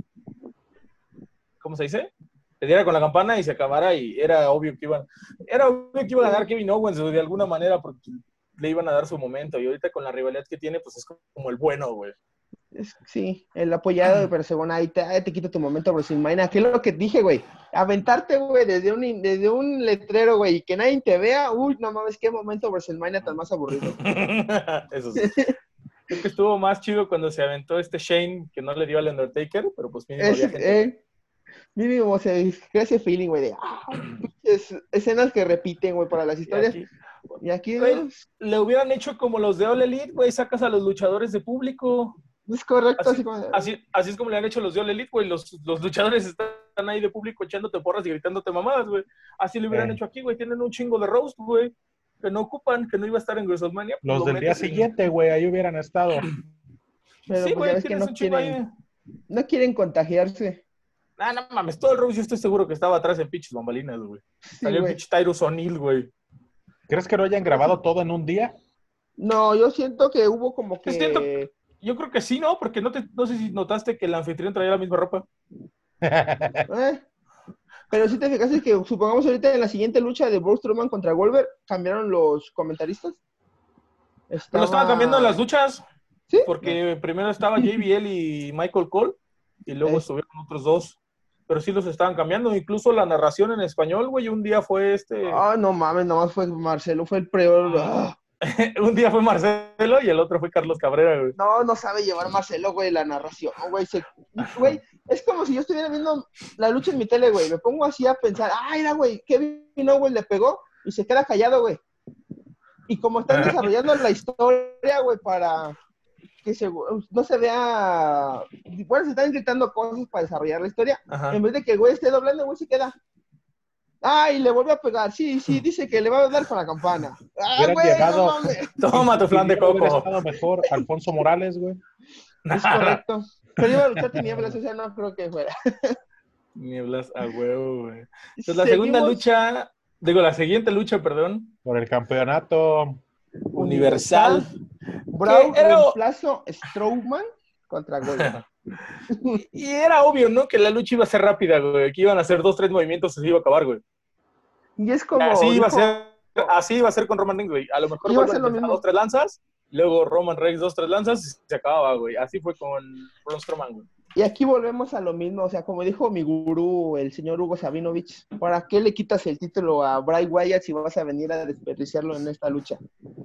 ¿cómo se dice? Se diera con la campana y se acabara y era obvio que iban, era obvio que iba a ganar Kevin Owens de alguna manera porque le iban a dar su momento y ahorita con la rivalidad que tiene, pues es como el bueno, güey. Es, sí, el apoyado, pero según ahí te, ahí te quita tu momento WrestleMania, que es lo que dije, güey, aventarte, güey, desde un, desde un letrero, güey, y que nadie te vea, uy, no mames, qué momento WrestleMania tan más aburrido. Eso sí. Creo que estuvo más chido cuando se aventó este Shane que no le dio al Undertaker, pero pues mínimo Es, había gente. eh, mínimo se crea ese feeling, güey, de ah, pinches escenas que repiten, güey, para las Y historias. aquí, Y aquí güey, no, le hubieran hecho como los de All Elite, güey, sacas a los luchadores de público. es correcto, Así, así como de, así, así es como le han hecho los de All Elite, güey. Los, los luchadores están ahí de público echándote porras y gritándote mamadas, güey. Así le hubieran Eh. hecho aquí, güey. Tienen un chingo de roast, güey, que no ocupan, que no iba a estar en WrestleMania. Pues Los lo del día metes en- siguiente, güey, ahí hubieran estado. pero Sí, pues ya güey, ves que tienes no un chingo quieren, ahí. no quieren contagiarse. Ah, no mames, todo el roast yo estoy seguro que estaba atrás en pinches bambalinas, güey. Sí, Salió el güey. pinche Tyrus O'Neill, güey. ¿Crees que lo hayan grabado todo en un día? No, yo siento que hubo como Es cierto, que... yo creo que sí, ¿no? Porque no, te, no sé si notaste que el anfitrión traía la misma ropa. Eh, pero si te fijaste que, supongamos ahorita en la siguiente lucha de Braun Strowman contra Goldberg, cambiaron los comentaristas. Pero lo estaban cambiando en las Estaba... luchas. ¿Sí? Porque primero estaba J B L y Michael Cole, y luego Eh. estuvieron otros dos. Pero sí los estaban cambiando. Incluso la narración en español, güey, un día fue este... Ah, no mames, nomás fue Marcelo, fue el peor. Ah. un día fue Marcelo y el otro fue Carlos Cabrera, güey. No, no sabe llevar Marcelo, güey, la narración, güey. Se... Güey, es como si yo estuviera viendo la lucha en mi tele, güey. Me pongo así a pensar, ah, mira, güey, Kevin Owens le pegó y se queda callado, güey. Y como están desarrollando la historia, güey, para que se, no se vea... Bueno, se están gritando cosas para desarrollar la historia. Ajá. En vez de que el güey esté doblando, el güey se queda... Ay, le vuelve a pegar. Sí, sí, dice que le va a dar con la campana. Ah, Hubieran güey, llevado- no mames. Toma tu flan de Hubiera coco. estado mejor Alfonso Morales, güey. Es correcto. Pero iba a luchar tinieblas, o sea, no creo que fuera. Nieblas a huevo, güey. Entonces, la segunda Seguimos lucha, digo, la siguiente lucha, perdón, Por el campeonato. Universal. Brown que era- reemplazo Strowman contra Goldberg. Y era obvio, ¿no? Que la lucha iba a ser rápida, güey. Que iban a hacer dos, tres movimientos y se iba a acabar, güey. Y es como... Así iba a dijo- ser, así iba a ser con Roman Reigns, güey. A lo mejor Iba a Goldberg ser lo intentaba mismo. dos, tres lanzas, luego Roman Reigns dos, tres lanzas y se acababa, güey. Así fue con Braun Strowman, güey. Y aquí volvemos a lo mismo, o sea, como dijo mi gurú, el señor Hugo Sabinovich, ¿para qué le quitas el título a Bray Wyatt si vas a venir a desperdiciarlo en esta lucha?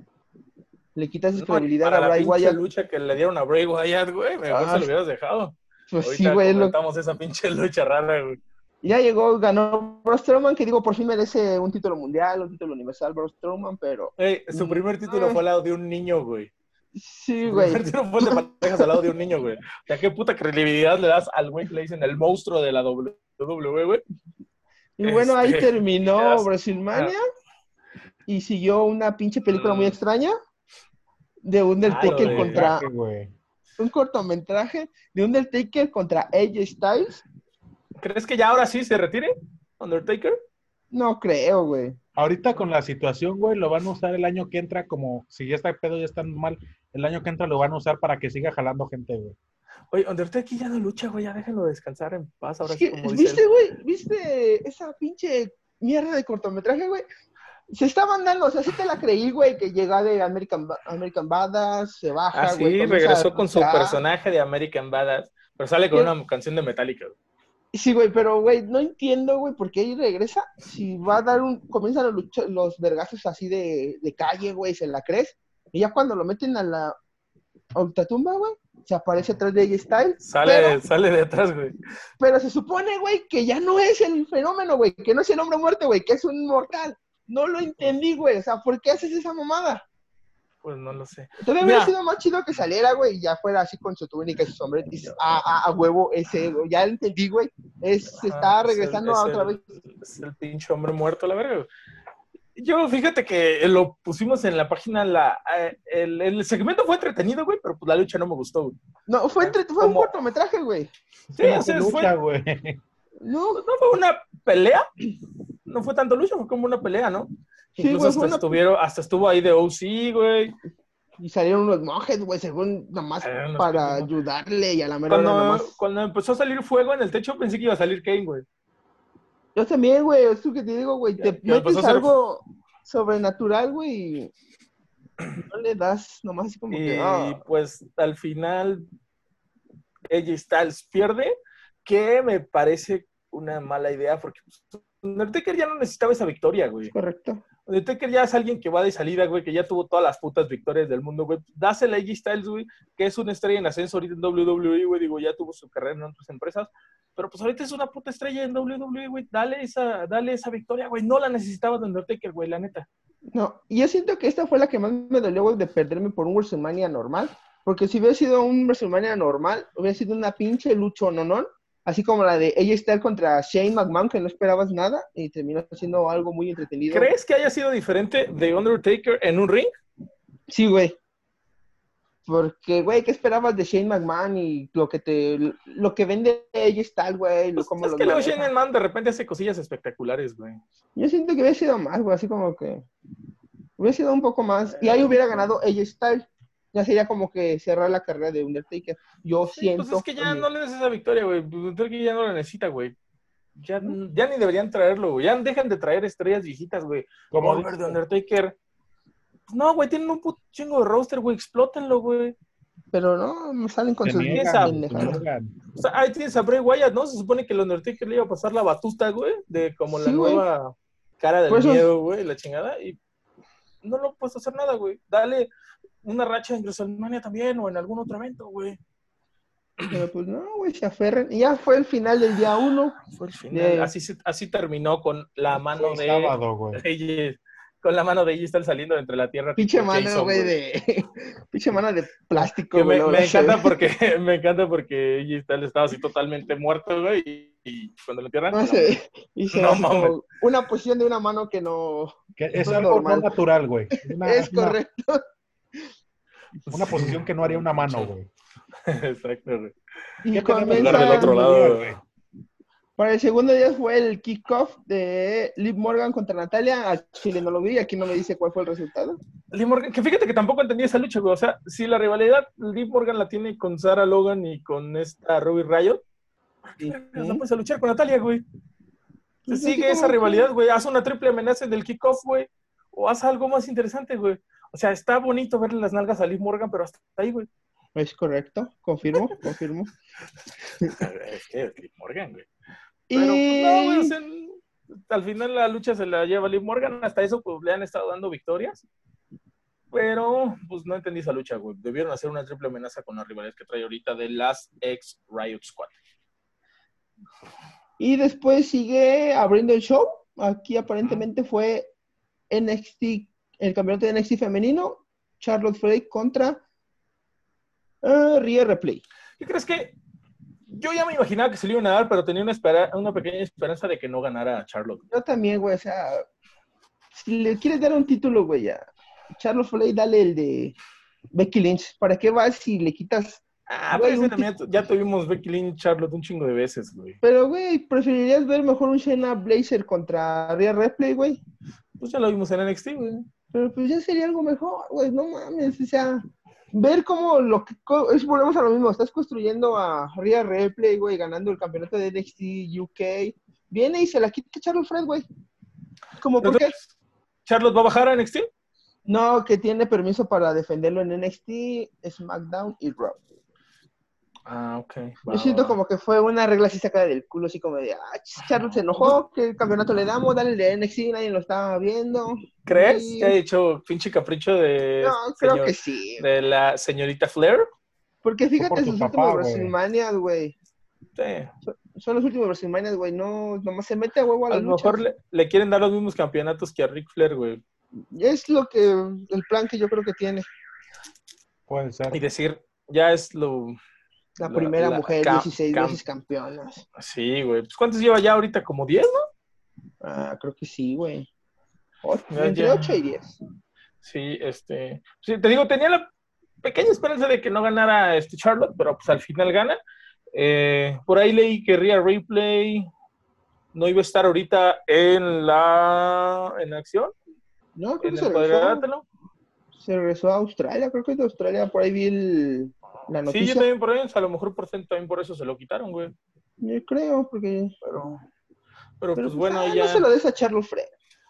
Le quitas No, credibilidad para a la Bray pinche Wyatt. lucha que le dieron a Bray Wyatt, güey, mejor Ah, se lo hubieras dejado. Pues Ahorita sí, güey, lo- comentamos esa pinche lucha rara, güey. ya llegó, ganó Braun Strowman, que digo, por fin merece un título mundial, un título universal, Braun Strowman, pero Ey, su primer título fue al lado de un niño, güey. sí, Su güey. primer título fue el de parejas al lado de un niño, güey. O sea, ¿qué puta credibilidad le das al güey que le dicen el monstruo de la W W E, güey? Y bueno, ahí Este, terminó ya- WrestleMania y siguió una pinche película muy Mm. extraña de Undertaker Ah, lo de- contra Traje, güey. un cortometraje de Undertaker contra A J Styles. ¿Crees que ya ahora sí se retire Undertaker? No creo, güey. Ahorita con la situación, güey, lo van a usar el año que entra como, si ya está pedo, ya está mal, el año que entra lo van a usar para que siga jalando gente, güey. Oye, Undertaker ya no lucha, güey, ya déjenlo descansar en paz, ahora Es sí que, como dice ¿viste, él. güey? ¿Viste esa pinche mierda de cortometraje, güey? Se estaban dando, o sea, sí te la creí, güey, que llega de American, Ba- American Badass, se baja, Ah, güey. sí, comienza regresó a con su luchar. personaje de American Badass, pero sale con ¿Qué? una canción de Metallica, güey. Sí, güey, pero, güey, no entiendo, güey, por qué ahí regresa. Si va a dar un... Comienzan los, lucha- los vergazos así de, de calle, güey, se la crees. Y ya cuando lo meten a la ultratumba, güey, se aparece atrás de A J Styles. Sale, Pero, sale de atrás, güey. pero se supone, güey, que ya no es el fenómeno, güey, que no es el hombre muerto, güey, que es un inmortal. No lo entendí, güey, o sea, ¿por qué haces esa mamada? Pues no lo sé. Todavía hubiera Mira. sido más chido que saliera, güey, y ya fuera así con su túnica y su sombrero. Y dices, a, a, a huevo, ese, güey, ya entendí, güey. Es, se está Ajá, es el- regresando es a otra el- vez. Es el pinche hombre muerto, la verga, güey. Yo, fíjate que lo pusimos en la página, la, eh, el, el segmento fue entretenido, güey, pero pues la lucha no me gustó, güey. No, fue, entre, fue un Como- cortometraje, güey. Sí, No o sea, fue fue, lucha, güey. No, no fue una pelea, no fue tanto lucha, fue como una pelea, ¿no? Sí, Incluso güey, hasta, fue una- estuvieron, hasta estuvo ahí de O C, güey. y salieron unos monjes, güey, según nomás Salieron unos para pinches ayudarle y a la mera hora Cuando, nomás. cuando empezó a salir fuego en el techo, pensé que iba a salir Kane, güey. Yo también, güey, es lo que te digo, güey, Ya- te ya empezó metes a hacer- algo sobrenatural, güey, y no le das nomás así como Y que, ah. pues al final A J Styles pierde, que me parece una mala idea porque pues, Undertaker ya no necesitaba esa victoria, güey. Correcto. Undertaker ya es alguien que va de salida, güey, que ya tuvo todas las putas victorias del mundo, güey. Dásela a A J Styles, güey, que es una estrella en ascenso ahorita en W W E, güey, digo, ya tuvo su carrera en otras empresas, pero pues ahorita es una puta estrella en W W E, güey. Dale esa, dale esa victoria, güey. No la necesitaba de Undertaker, güey, la neta. No, y yo siento que esta fue la que más me dolió, güey, de perderme por un WrestleMania normal. Porque si hubiera sido un WrestleMania normal, hubiera sido una pinche lucha nonón, así como la de A J Styles contra Shane McMahon, que no esperabas nada, y terminó siendo algo muy entretenido. ¿Crees que haya sido diferente de Undertaker en un ring? Sí, güey. Porque, güey, ¿qué esperabas de Shane McMahon y lo que te, lo que vende A J Styles, güey? Pues, cómo es los que luego maneja? Shane McMahon de repente hace cosillas espectaculares, güey. Yo siento que hubiera sido más, güey, así como que hubiera sido un poco más, y ahí hubiera ganado A J Styles. Ya sería como que cerrar la carrera de Undertaker. Yo Sí, siento. pues es que ya a mí. no le des esa victoria, güey. Undertaker ya no la necesita, güey. Ya, ya ni deberían traerlo, güey. Ya dejan de traer estrellas viejitas, güey. Como Goldberg de Undertaker. Pues no, güey, tienen un puto chingo de roster, güey. Explótenlo, güey. Pero no, me salen con Se sus niegan, se pendejadas. niegan. O sea, ahí tienes a Bray Wyatt, ¿no? Se supone que el Undertaker le iba a pasar la batuta, güey, de como la Sí, güey. nueva cara del Por eso- miedo, güey, la chingada, y no lo puedes hacer nada, güey. Dale una racha en WrestleMania también o en algún otro evento, güey. Pero pues no, güey, se aferran. Y ya fue el final del día uno. Fue el final. De- Así, se- así terminó con la mano Fue de sábado, güey. Ella- con la mano de ella están saliendo de entre la tierra. Pinche tipo mano, Jason, güey, de. Pinche mano de plástico, Que güey. me, luego me la se encanta ve. porque me encanta porque ella está, estaba así totalmente muerto, güey, y, y cuando lo entierran, No con la sé. mano. Y se No ve así mames. como una posición de una mano que no. Que es No es algo normal. no natural, güey. Una, Es una- correcto. una posición que no haría una mano, güey. Exacto, güey. Y ¿Qué tenemos Lugar comienza. del otro segundo lado, día, güey. Para el segundo día fue el kickoff de Liv Morgan contra Natalia. A Chile no lo vi, aquí no me dice cuál fue el resultado. Liv Morgan, que fíjate que tampoco entendí esa lucha, güey. O sea, si la rivalidad Liv Morgan la tiene con Sarah Logan y con esta Ruby Riot, no Ujú. puedes a luchar con Natalia, güey. Se Pues así sigue como esa que- rivalidad, güey. Haz una triple amenaza en el kickoff, güey. O haz algo más interesante, güey. O sea, está bonito verle las nalgas a Liv Morgan, pero hasta ahí, güey. Es correcto, confirmo, confirmo. Es que es Liv Morgan, güey. Pero, pues, no, güey, o sea, al final la lucha se la lleva Liv Morgan. Hasta eso, pues, le han estado dando victorias. Pero, pues, no entendí esa lucha, güey. Debieron hacer una triple amenaza con la rivalidad que trae ahorita de las ex Riot Squad. Y después sigue abriendo el show. Aquí aparentemente fue N X T, el campeonato de N X T femenino, Charlotte Flair contra uh, Rhea Ripley. ¿Qué crees que? Yo ya me imaginaba que se le iban a dar, pero tenía una, espera, una pequeña esperanza de que no ganara Charlotte. Yo también, güey, o sea, si le quieres dar un título, güey, a Charlotte Flair, dale el de Becky Lynch. ¿Para qué vas si le quitas? Ah, Güey, pero ese un también, ya tuvimos Becky Lynch Charlotte un chingo de veces, güey. Pero, güey, ¿preferirías ver mejor un Shayna Blazer contra Rhea Ripley, güey? Pues ya lo vimos en N X T, güey. Pero pues ya sería algo mejor, güey, no mames, o sea, ver cómo lo que, co- es, volvemos a lo mismo, estás construyendo a Rhea Ripley, güey, ganando el campeonato de N X T U K, viene y se la quita Charlotte Flair, güey. Como, ¿por qué? Entonces, ¿Charlotte va a bajar a N X T? No, que tiene permiso para defenderlo en N X T, SmackDown y Raw. Ah, ok. Yo siento como que fue una regla así sacada del culo, así como de, ah, Charlotte se enojó, que campeonato le damos, dale el de N X T, nadie lo estaba viendo. ¿Crees Y- que ha hecho pinche capricho de, No, creo señor- que sí. de la señorita Flair? Porque fíjate, por su sus papá, últimos güey. WrestleMania, güey. Sí. Son los últimos WrestleMania, güey. No, nomás se mete a huevo a A las lo luchas. mejor le, le quieren dar los mismos campeonatos que a Ric Flair, güey. Es lo que, el plan que yo creo que tiene. Puede ser. Y decir, ya es lo... La, La- primera la mujer, cam- dieciséis cam- veces campeona. Sí, güey. Pues ¿cuántos lleva ya ahorita? ¿Como diez, no? Ah, creo que sí, güey. Ocho- Ya, Entre ya. ocho y diez. Sí, este... Sí, te digo, tenía la pequeña esperanza de que no ganara este Charlotte, pero pues al final gana. Eh, por ahí leí que Rhea Ripley no iba a estar ahorita en la, en la acción, No, creo en que se el regresó. cuadrilátero. Se regresó a Australia. Creo que es de Australia. Por ahí vi el- la Sí, noticia. yo también por eso, a lo mejor por, también por eso se lo quitaron, güey. Yo creo, porque... Pero, pero, Pero, pues bueno, ah, ya... no se lo des a Charlotte Flair.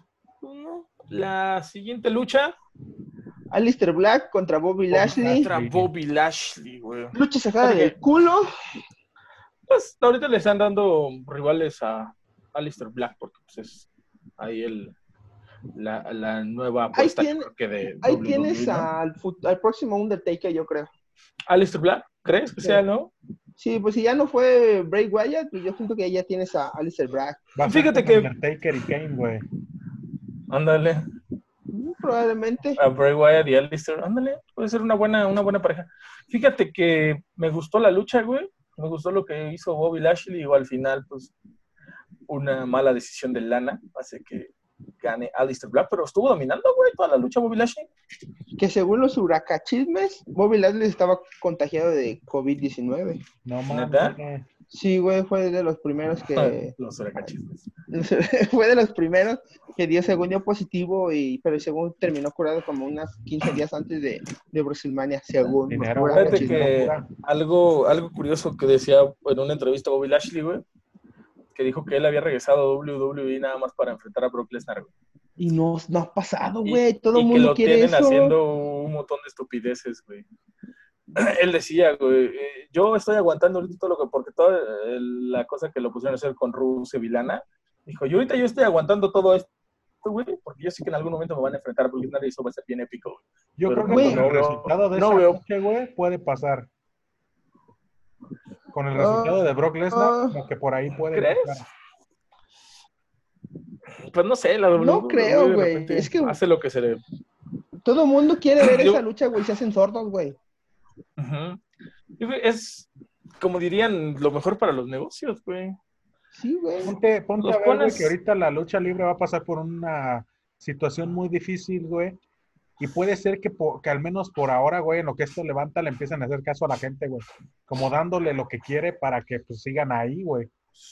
No. La siguiente lucha Aleister Black contra Bobby Lashley. contra Bobby Lashley, güey. Lucha sacada Fíjate del que- culo. Pues ahorita le están dando rivales a Aleister Black porque pues es ahí el la, la nueva apuesta tiene- yo creo que de Ahí W W E, tienes ¿no? al, fut- al próximo Undertaker, yo creo. Aleister Black, ¿crees que Sí. sea, no? Sí, pues si ya no fue Bray Wyatt, pues yo siento que ya tienes a Aleister Black. Va a ser Fíjate como que- Undertaker y Kane, güey. Ándale, Mm, Probablemente. a Bray Wyatt y Aleister, ándale, puede ser una buena, una buena pareja. Fíjate que me gustó la lucha, güey. Me gustó lo que hizo Bobby Lashley y al final, pues, una mala decisión de lana hace que gane Aleister Black, pero estuvo dominando, güey, toda la lucha Bobby Lashley. Que según los huracachismes, Bobby Lashley estaba contagiado de COVID diecinueve. No ¿Neta? mames. Sí, güey, fue de los primeros que... Los huracachismes. fue de los primeros que dio, según dio positivo, y pero según terminó curado como unas quince días antes de, de WrestleMania, según los Dinero, Fíjate huracachismes. que algo, algo curioso que decía en una entrevista a Bobby Lashley, güey, que dijo que él había regresado a W W E nada más para enfrentar a Brock Lesnar, güey. Y no, no ha pasado, Y- güey. Todo y el que mundo lo quiere tienen eso. haciendo un montón de estupideces, güey. él decía, güey, eh, yo estoy aguantando ahorita todo lo que, porque toda eh, la cosa que lo pusieron a hacer con Rusev y Lana, dijo, yo ahorita yo estoy aguantando todo esto, güey, porque yo sé que en algún momento me van a enfrentar a Brock Lesnar y eso va a ser bien épico, güey. Yo Pero creo que güey, con el no veo, resultado de no esa veo. noche, güey, puede pasar. Con el Ah, resultado de Brock Lesnar, ah, como que por ahí puede ¿Crees? pasar. Pues no sé, la No W W E creo, de güey. repente Es que hace lo que se le... todo el mundo quiere ver esa Yo- lucha, güey. Se hacen sordos, güey. Ujú. Yo creo que es, como dirían, lo mejor para los negocios, güey. Sí, güey. Ponte, ponte Los a ver, güey, pones... que ahorita la lucha libre va a pasar por una situación muy difícil, güey. Y puede ser que, po- que al menos por ahora, güey, en lo que esto levanta, le empiecen a hacer caso a la gente, güey. Como dándole lo que quiere para que pues sigan ahí, güey.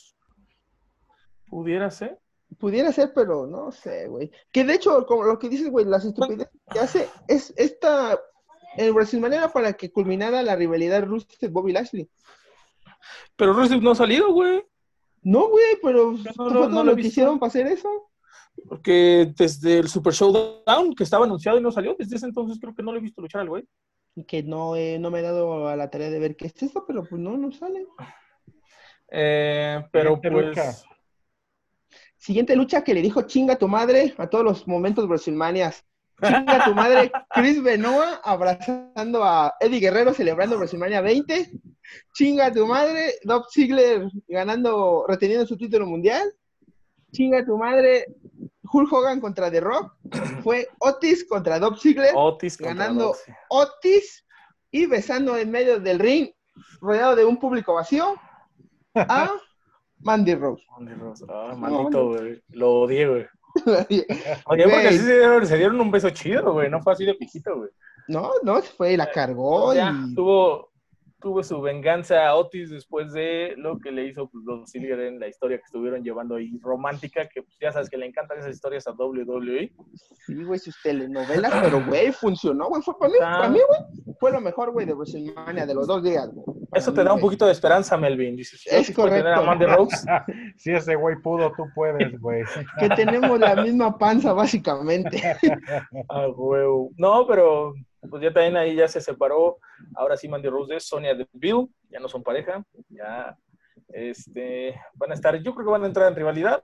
Pudiera ser. Pudiera ser, pero no sé, güey. Que de hecho, como lo que dices, güey, las estupideces que hace es esta. En WrestleMania era para que culminara la rivalidad Rusev-Bobby Lashley. Pero Rusev no ha salido, güey. No, güey, pero Yo esto no, fue lo- todo no lo he lo que visto. hicieron para hacer eso. Porque desde el Super Showdown, que estaba anunciado y no salió, desde ese entonces creo que no lo he visto luchar al güey. Y que no, eh, no me he dado a la tarea de ver qué es esto, pero pues no, no sale. Eh, pero Siguiente pues... lucha. Siguiente lucha que le dijo chinga tu madre a todos los momentos WrestleManias. Chinga tu madre, Chris Benoit abrazando a Eddie Guerrero celebrando WrestleMania veinte. Chinga tu madre, Dolph Ziggler ganando, reteniendo su título mundial. Chinga tu madre, Hulk Hogan contra The Rock. Fue Otis contra Dolph Ziggler, Otis contra ganando Doxy. Otis y besando en medio del ring, rodeado de un público vacío, a Mandy Rose. Mandy Rose. Ah, maldito, güey. Lo odié, güey. Oye, Güey, porque sí se dieron, se dieron un beso chido, güey. No fue así de piquito, güey. no, no, se fue y la cargó Ya, y tuvo, tuvo su venganza a Otis después de lo que le hizo pues, Dolph Ziggler en la historia que estuvieron llevando ahí romántica, que pues, ya sabes que le encantan esas historias a W W E. sí, güey, sus telenovelas, pero güey, funcionó, güey, fue para mí, Ah. para mí, güey, fue lo mejor, güey, de WrestleMania, de los dos días, güey. para Eso te mí, da un güey. poquito de esperanza, Melvin. Dices, Es Otis puede tener a correcto. Mandy Rose. Si ese güey pudo, tú puedes, güey. Que tenemos la misma panza, básicamente. Ah, huevo. No, pero pues ya también ahí ya se separó. Ahora sí, Mandy Rose es Sonya Deville. Ya no son pareja. Ya este, van a estar, yo creo que van a entrar en rivalidad.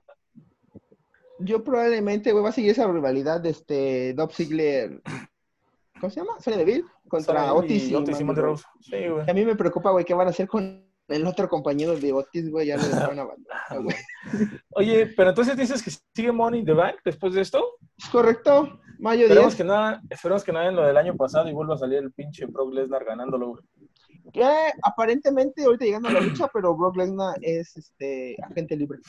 Yo probablemente, güey, va a seguir esa rivalidad de este Dolph Ziggler, ¿cómo se llama? Sonya Deville contra Sonya Otis y, Otis y Mandy Mandy Rose. Rose. Sí, güey. A mí me preocupa, güey, qué van a hacer con el otro compañero de Otis, güey, ya lo dejaron abandonar, güey. Oye, pero entonces dices que sigue Money in the Bank después de esto. Es correcto, mayo Esperemos diez. que nada, esperemos que nada en lo del año pasado y vuelva a salir el pinche Brock Lesnar ganándolo, güey. Que aparentemente ahorita llegando a la lucha, pero Brock Lesnar es este agente libre.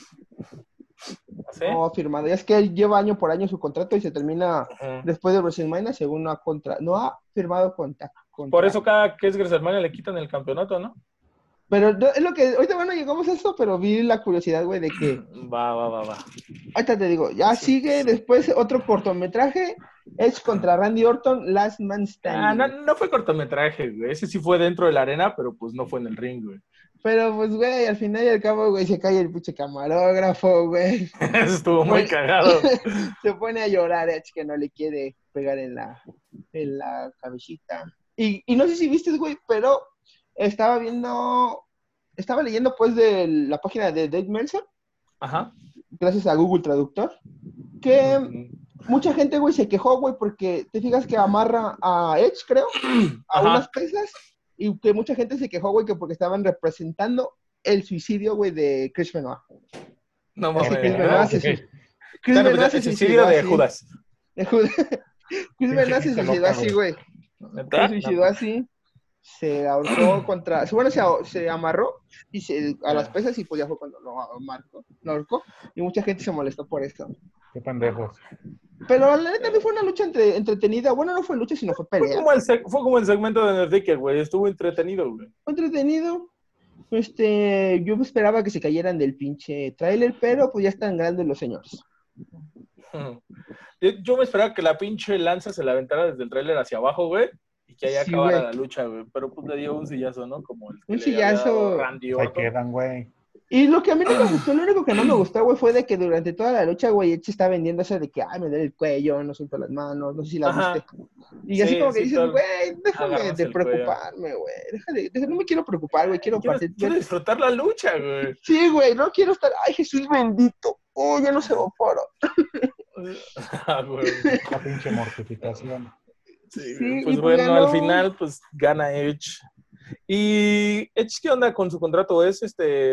¿Sí? No ha firmado. Ya es que él lleva año por año su contrato y se termina Ujú. después de WrestleMania según no ha, contra... no ha firmado contra... contra- Por eso cada que es WrestleMania le quitan el campeonato, ¿no? Pero no- es lo que... Ahorita, bueno, llegamos a esto, pero vi la curiosidad, güey, de que... Va, va, va, va. Ahorita te digo, ya sigue después otro cortometraje, Edge contra Randy Orton, Last Man Ah, Standing. no, no fue cortometraje, güey. Ese sí fue dentro de la arena, pero pues no fue en el ring, güey. Pero pues, güey, al final y al cabo, güey, se cae el pinche camarógrafo, güey. Eso estuvo muy Bueno. cagado. Se pone a llorar Edge que no le quiere pegar en la, en la cabecita. Y, y no sé si viste, güey, pero estaba viendo, estaba leyendo pues de la página de Dave Meltzer, Ajá. gracias a Google Traductor, que mucha gente, güey, se quejó, güey, porque te fijas que amarra a Edge, creo, a Ajá. unas pesas, y que mucha gente se quejó, güey, que porque estaban representando el suicidio, güey, de Chris Benoit. No Es que mames. Chris Ah, Benoit ok. se, Chris Claro, Benoit pues, se el suicidó suicidio de así. Judas. De Judas. Chris Benoit se gente suicidó loca, así, güey. güey. ¿Neta? Se suicidó así. Se ahorcó contra... Bueno, se, ahor- se amarró y se, a las pesas y pues ya fue cuando lo amarcó, lo ahorcó. Y mucha gente se molestó por eso. Qué pendejos. Pero la neta también fue una lucha entre, entretenida. Bueno, no fue lucha, sino fue Fue pelea. como, el seg- fue como el segmento de Undertaker, güey. Estuvo entretenido, güey. Fue entretenido. Este, yo esperaba que se cayeran del pinche tráiler, pero pues ya están grandes los señores. Yo, yo me esperaba que la pinche lanza se la aventara desde el tráiler hacia abajo, güey. Y que ahí Sí, acabara güey. la lucha, güey. Pero pues le dio un sillazo, ¿no? Como el que Un le había dado sillazo. Randy Pues ahí Orton. quedan, güey. Y lo que a mí no me gustó, lo único que no me gustó, güey, fue de que durante toda la lucha, güey, Edge está vendiendo eso de que, ay, me duele el cuello, no siento las manos, no sé si la viste. Ajá. Y así Sí, como que sí, dices, todo. güey, déjame Agarrándose de el cuello. preocuparme, güey, déjame, déjame, no me quiero preocupar, güey, quiero Quiero, partir. quiero disfrutar la lucha, güey. Sí, güey, no quiero estar, ay, Jesús bendito, oh, ya no se va para. Ah, güey. La pinche mortificación. Sí, Sí, y pues pues bueno, al ganó. final, pues gana Edge. ¿Y Edge qué onda con su contrato? ¿Es este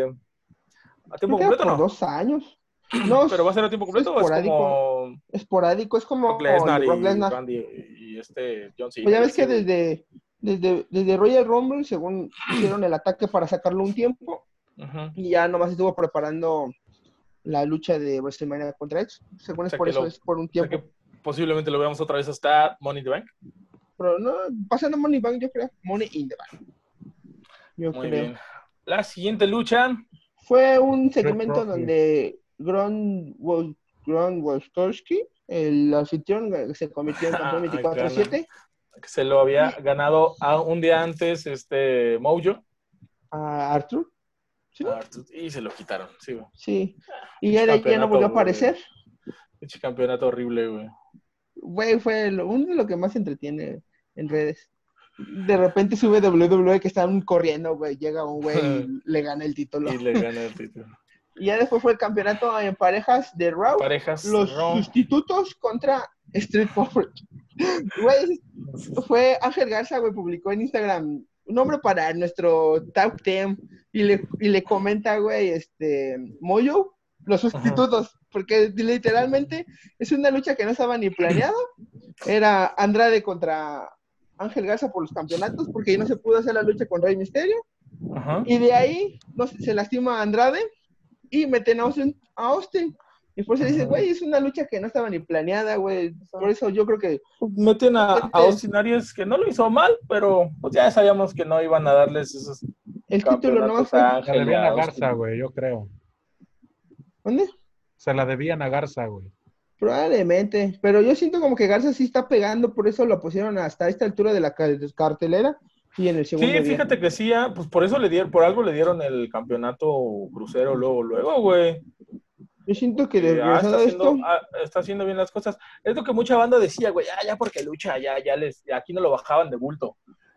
a Creo tiempo que era completo o por no? dos años. No, ¿Pero va a ser a tiempo es completo o es esporádico, como esporádico, es Brock como el Lesnar de Brock y Lesnar. Randy y este John Pues Cena ya y ves así, que güey? desde, desde, desde Royal Rumble, según hicieron el ataque para sacarlo un tiempo, Ujú. y ya nomás estuvo preparando la lucha de WrestleMania contra Edge. Según O es sea por que eso, lo, es por un o sea tiempo. que posiblemente lo veamos otra vez hasta Money in the Bank. Pero no, pasando Money Bank, yo creo. Money in the Bank, yo Muy creo. bien. La siguiente lucha. Fue un Street segmento Profits. donde Gron, Wo- Gron Wolskowski, el anfitrión, eh, se convirtió en campeón veinticuatro Gana. siete. Que se lo había Y ganado a un día antes este Mojo. a Arthur, ¿sí, no? Y se lo quitaron, sí, güey. Sí. Y ya Pinche de ahí ya no volvió a campeonato, güey. aparecer. Pinche campeonato horrible, güey. Güey, fue lo, uno de lo que más entretiene en redes. De repente sube W W E que están corriendo, güey. Llega un güey y le gana el título. Y le gana el título. Y ya después fue el campeonato en parejas de Raw. Parejas Los Raw. sustitutos contra Street Profits. Güey, fue Ángel Garza, güey, publicó en Instagram un nombre para nuestro Top diez y le, y le comenta, güey, este, Moyo, los sustitutos, uh-huh. Porque literalmente es una lucha que no estaba ni planeada. Era Andrade contra Ángel Garza por los campeonatos, porque ahí no se pudo hacer la lucha con Rey Misterio. Uh-huh. Y de ahí no, se lastima a Andrade y meten a Austin. A Austin. Y por eso uh-huh. Dice, güey, es una lucha que no estaba ni planeada, güey. Por eso yo creo que... Meten a, a Austin Aries, que no lo hizo mal, pero pues ya sabíamos que no iban a darles esos el título no fue... a Ángel. Se la debían a Garza, güey, yo creo. ¿Dónde? Se la debían a Garza, güey. Probablemente, pero yo siento como que Garza sí está pegando, por eso lo pusieron hasta esta altura de la cartelera y en el segundo Sí, fíjate día. Que sí, pues por eso le dieron, por algo le dieron el campeonato crucero luego, luego, güey. Yo siento que de ah, está, haciendo, esto... ah, está haciendo bien las cosas. Es lo que mucha banda decía, güey, ah, ya porque lucha, ya, ya les, aquí no lo bajaban de bulto.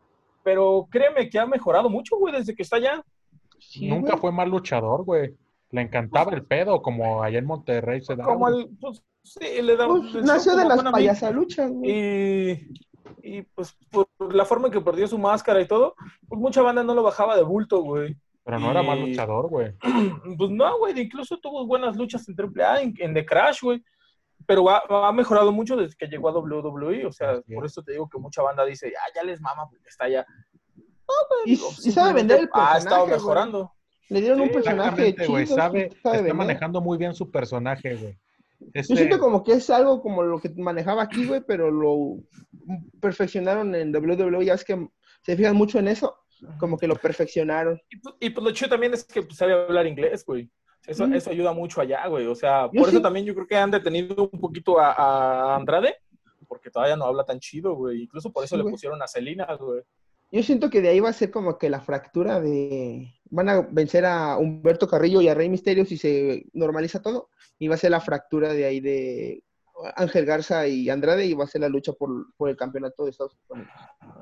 Pero créeme que ha mejorado mucho, güey, desde que está allá. Sí, Nunca güey. Fue mal luchador, güey. Le encantaba pues, el pedo, como allá en Monterrey se da. Como el, pues, sí, le da. Pues, nació de las payasaluchas, güey. Y, y pues por la forma en que perdió su máscara y todo, pues mucha banda no lo bajaba de bulto, güey. Pero no y... era mal luchador, güey. Pues no, güey, incluso tuvo buenas luchas en triple A, en, en The Crash, güey. Pero ha, ha mejorado mucho desde que llegó a W W E, o sea, sí. Por eso te digo que mucha banda dice, ah, ya les mama porque está allá. No, güey, y, digo, y sabe vender el personaje, ha estado mejorando. Güey. Le dieron sí, un personaje chido, güey, sabe, sabe está vender. Manejando muy bien su personaje, güey. Este... Yo siento como que es algo como lo que manejaba aquí, güey, pero lo perfeccionaron en W W E, ya es que se fijan mucho en eso, como que lo perfeccionaron. Y, y pues lo chido también es que pues, sabe hablar inglés, güey. Eso, mm. eso ayuda mucho allá, güey. O sea, yo por sí. Eso también yo creo que han detenido un poquito a, a Andrade, porque todavía no habla tan chido, güey. Incluso por eso sí, le güey. Pusieron a Selena, güey. Yo siento que de ahí va a ser como que la fractura de... Van a vencer a Humberto Carrillo y a Rey Misterio si se normaliza todo. Y va a ser la fractura de ahí de Ángel Garza y Andrade y va a ser la lucha por, por el campeonato de Estados Unidos.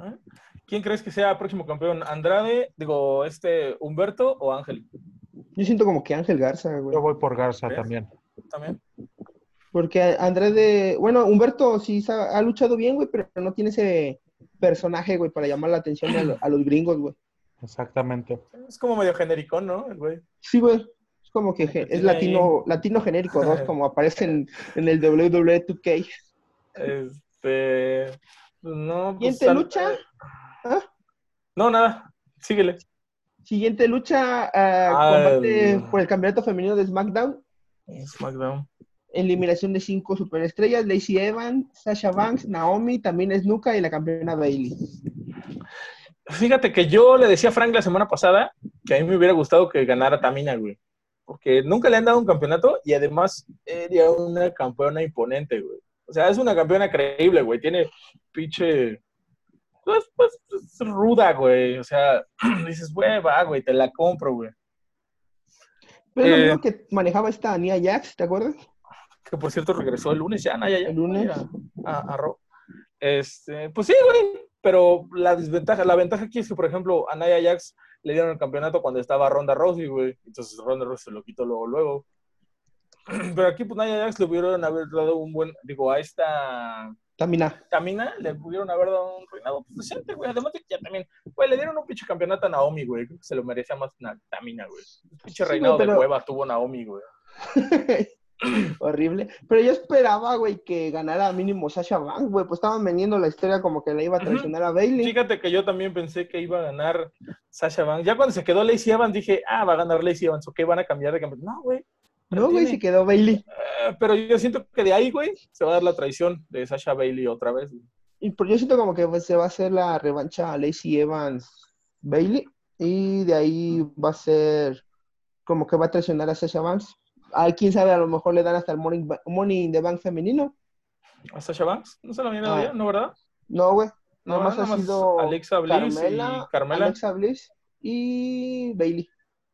¿Quién crees que sea el próximo campeón? ¿Andrade, digo, este, Humberto o Ángel? Yo siento como que Ángel Garza, güey. Yo voy por Garza ¿ves? también. ¿También? Porque Andrade... Bueno, Humberto sí ha, ha luchado bien, güey, pero no tiene ese... personaje, güey, para llamar la atención a, lo, a los gringos, güey. Exactamente. Es como medio genérico, ¿no? El güey. Sí, güey. Es como que ge- es latino, ahí. latino genérico dos, como aparece en, en el W W E dos K. Este... No, Siguiente pues, lucha. Eh... ¿Ah? No, nada. Síguele. Siguiente lucha, uh, ah, combate el... por el campeonato femenino de SmackDown. SmackDown. Eliminación de cinco superestrellas, Lacey Evans, Sasha Banks, Naomi, también Snuka y la campeona Bayley. Fíjate que yo le decía a Frank la semana pasada que a mí me hubiera gustado que ganara Tamina, güey. Porque nunca le han dado un campeonato y además era una campeona imponente, güey. O sea, es una campeona creíble, güey. Tiene pinche... Pues, pues, es ruda, güey. O sea, dices, güey, va, güey, te la compro, güey. Pero es lo Eh, mismo que manejaba esta Nia Jax, ¿te acuerdas? que por cierto regresó el lunes ya, Naya, ya. El lunes. A, a, a Raw. Este, pues sí, güey, pero la desventaja, la ventaja aquí es que, por ejemplo, a Nia Jax le dieron el campeonato cuando estaba Ronda Rousey, güey. Entonces Ronda Rousey se lo quitó luego, luego. Pero aquí, pues, Nia Jax le pudieron haber dado un buen, digo, a esta Tamina. Tamina le pudieron haber dado un reinado pues, decente, güey. Además de que ya también, güey, le dieron un pinche campeonato a Naomi, güey. Creo que se lo merecía más na- Tamina, güey. Un pinche Sí, reinado güey, pero... de hueva tuvo Naomi, güey. Horrible. Pero yo esperaba, güey, que ganara mínimo Sasha Banks, güey. Pues estaban vendiendo la historia como que le iba a traicionar a Bailey. Fíjate que yo también pensé que iba a ganar Sasha Banks. Ya cuando se quedó Lacey Evans dije, ah, va a ganar Lacey Evans, ok, van a cambiar de campeón. No, güey. No, güey, se quedó Bailey. Uh, pero yo siento que de ahí, güey, se va a dar la traición de Sasha Bailey otra vez. Güey. Y por, yo siento como que pues, se va a hacer la revancha a Lacey Evans Bailey. Y de ahí va a ser como que va a traicionar a Sasha Banks. A quién sabe, a lo mejor le dan hasta el Money, money in the Bank femenino. ¿A Sasha Banks? ¿No se lo habían dado Ah. ya? ¿No, verdad? No, güey. No, Nomás nada ha más sido Alexa Bliss Carmela, y Carmela. Alexa Bliss y Bailey.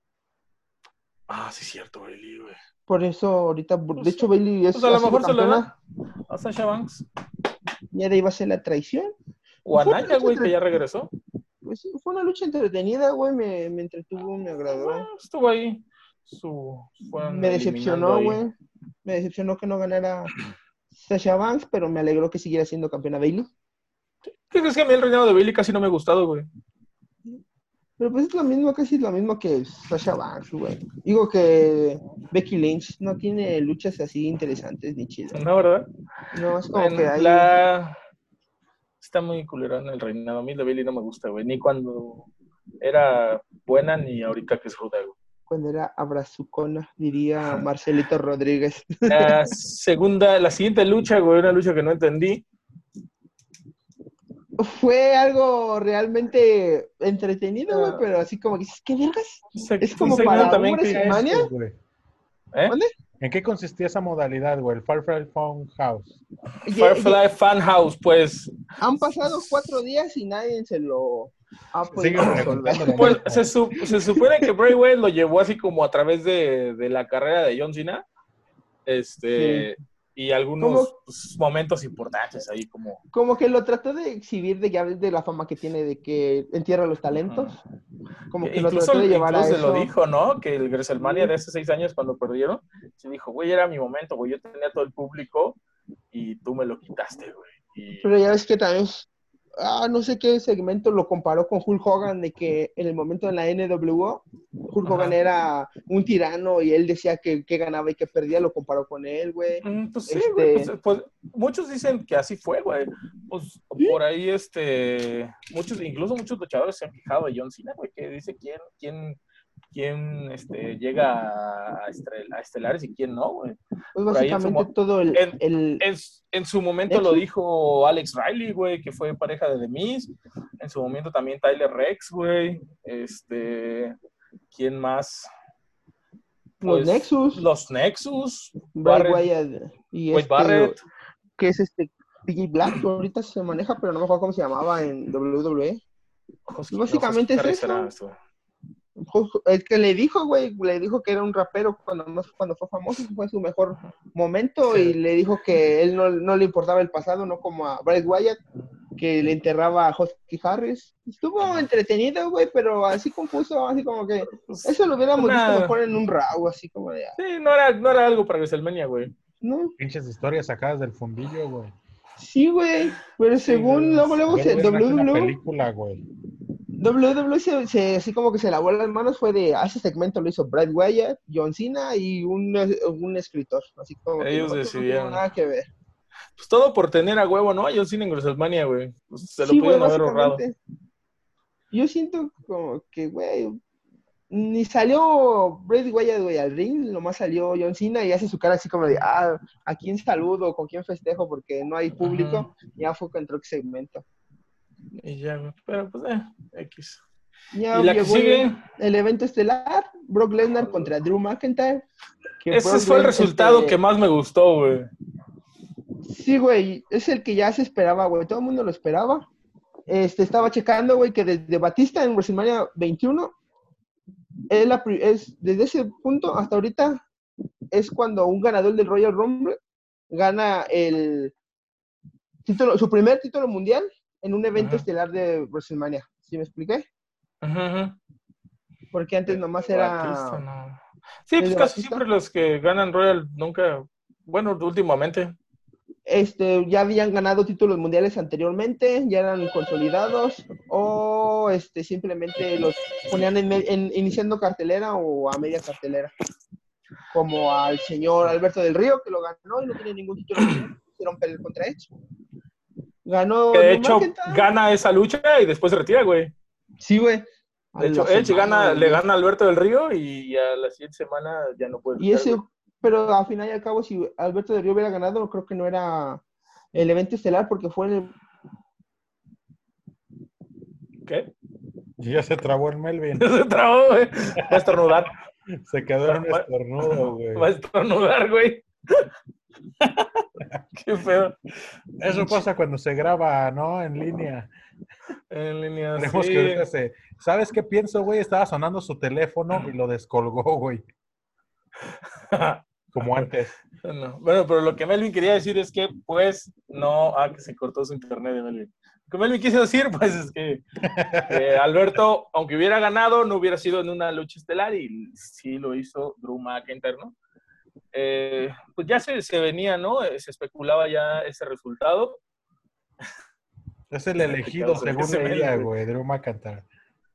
Ah, sí, cierto, Bailey, güey. Por eso ahorita, Pues, de hecho, Bailey es Pues a lo ha sido mejor se lo campeona. da a Sasha Banks. Ya de ahí va a ser la traición. O a Fue una Naya, lucha güey, que entre- ya regresó. Pues sí, fue una lucha entretenida, güey. Me, me entretuvo, me agradó. Bueno, estuvo ahí. Su, fueron Me eliminando decepcionó, ahí. güey. Me decepcionó que no ganara Sasha Banks, pero me alegró que siguiera siendo campeona Bailey. ¿Qué crees que a mí el reinado de Bailey casi no me ha gustado, güey? Pero pues es lo mismo, casi lo mismo que Sasha Banks, güey. Digo que Becky Lynch no tiene luchas así interesantes ni chidas. No, ¿verdad? No, es como Bueno, que hay... la... Está muy culera en el reinado. A mí de Bailey no me gusta, güey. Ni cuando era buena, ni ahorita que es ruda, güey. Cuando era abrazucona, diría Marcelito Rodríguez. La segunda, la siguiente lucha, güey, una lucha que no entendí. Fue algo realmente entretenido, güey, Ah. pero así como que dices, ¿qué vergas? Se- Es un como segmento para también hombres que- en Mania. Esto, güey. ¿Eh? ¿Mande? ¿En qué consistía esa modalidad, güey? El Firefly Fun House. Ye- Firefly Fan House, pues. Han pasado cuatro días y nadie se lo ha Sigue podido resolver. preguntando lo Pues mismo. se, su- se supone que Bray Wyatt lo llevó así como a través de, de la carrera de John Cena. Este. Y algunos ¿Cómo? pues, momentos importantes ahí como... Como que lo trató de exhibir de ya ves de la fama que tiene de que entierra los talentos. Como que Incluso, lo trató de llevar a incluso eso. lo dijo, ¿no? Que el WrestleMania Sí. de hace seis años cuando perdieron, se dijo, güey, era mi momento, güey, yo tenía todo el público y tú me lo quitaste, güey. Y... Pero ya ves que también, ah, no sé qué segmento lo comparó con Hulk Hogan, de que en el momento de la N W O, Hulk Ajá. Hogan era un tirano y él decía que, que ganaba y que perdía, lo comparó con él, güey. Mm, Pues sí, Este- güey, pues, pues, muchos dicen que así fue, güey. Pues por ahí, este, muchos, incluso muchos luchadores se han quejado de John Cena, güey, que dice quién, quién, quién, este, llega a, estel- a estelares y quién no, güey. Pues por ahí en su básicamente mo- todo el... en- el En, en su momento ¿Eso? lo dijo Alex Riley, güey, que fue pareja de The Miz. En su momento también Tyler Rex, güey. Este, ¿quién más? los Pues, Nexus, Los Nexus. Bray Barrett, Wyatt y Wade este, Barrett. que es este P J Black, que ahorita se maneja, pero no me acuerdo cómo se llamaba en W W E. Husky- básicamente no, Husky es Harris eso. era esto. El que le dijo, güey, le dijo que era un rapero cuando, más- cuando fue famoso, fue su mejor momento, Sí. y le dijo que él no, no le importaba el pasado, no como a Bray Wyatt, que le enterraba a Husky Harris. Estuvo entretenido, güey, pero así confuso, así como que Pues, eso lo hubiéramos una- visto mejor en un Raw, así como de, ah, Sí, no era, no era algo para WrestleMania, güey. ¿no? Pinches historias sacadas del fundillo, güey. Sí, güey, pero Sí, según güey. luego, luego, se, Luego hubieran hecho una W W E, película, güey. W W E se, se- así como que se lavó las manos, fue de, a ese segmento lo hizo Brad Wyatt, John Cena y un, un escritor, así como que Ellos nosotros no decidieron. tuvimos nada que ver. Pues todo por tener a huevo, ¿no? John Cena en WrestleMania, güey. Pues se lo Sí, güey, pudieron haber ahorrado. básicamente. Yo siento como que, güey, ni salió Brady Wyatt, güey, al ring, nomás salió John Cena y hace su cara así como de, ah, ¿a quién saludo? ¿Con quién festejo? Porque no hay público. Ajá. Ya fue que entró ese segmento. Y ya, güey. Pero pues, eh, X. Ya Y la que llegó sigue, el, el evento estelar, Brock Lesnar contra Drew McIntyre. que ese Brock fue el Lesnar, resultado este, que más me gustó, güey. Sí, güey, es el que ya se esperaba, güey, todo el mundo lo esperaba. Este, estaba checando, güey, que desde Batista en WrestleMania veintiuno es, la, es desde ese punto hasta ahorita es cuando un ganador del Royal Rumble gana el título, su primer título mundial en un evento uh-huh. estelar de WrestleMania. ¿Sí me expliqué? Uh-huh. Porque antes nomás era... Batista, no. Sí, pues casi Batista. Siempre los que ganan Royal nunca, bueno, últimamente. Este, ya habían ganado títulos mundiales anteriormente, ya eran consolidados, o este, simplemente los ponían en, en, iniciando cartelera o a media cartelera. Como al señor Alberto del Río, que lo ganó y no tenía ningún título mundial, hicieron pelear contra Edge. Ganó... Que de hecho, gana esa lucha y después se retira, güey. Sí, güey. De hecho, Edge gana, le gana a Alberto del Río y a la siguiente semana ya no puede. Y ese, pero al final y al cabo, si Alberto del Río hubiera ganado, creo que no era el evento estelar porque fue en el... ¿Qué? Ya se trabó el Melvin. Se trabó, güey. Va a estornudar. Se quedó en un estornudo, güey. Va a estornudar, güey. Qué feo. Eso pasa cuando se graba, ¿no? En línea. En línea, Tenemos sí. que ahorita se... ¿Sabes qué pienso, güey? Estaba sonando su teléfono y lo descolgó, güey. Como antes. No. Bueno, pero lo que Melvin quería decir es que, pues, no... Ah, que se cortó su internet de Melvin. Lo que Melvin quiso decir, pues, es que eh, Alberto, aunque hubiera ganado, no hubiera sido en una lucha estelar y sí lo hizo Drew McIntyre, ¿no? Eh, pues ya se, se venía, ¿no? Se especulaba ya ese resultado. Es el elegido, según leía, güey, Drew McIntyre.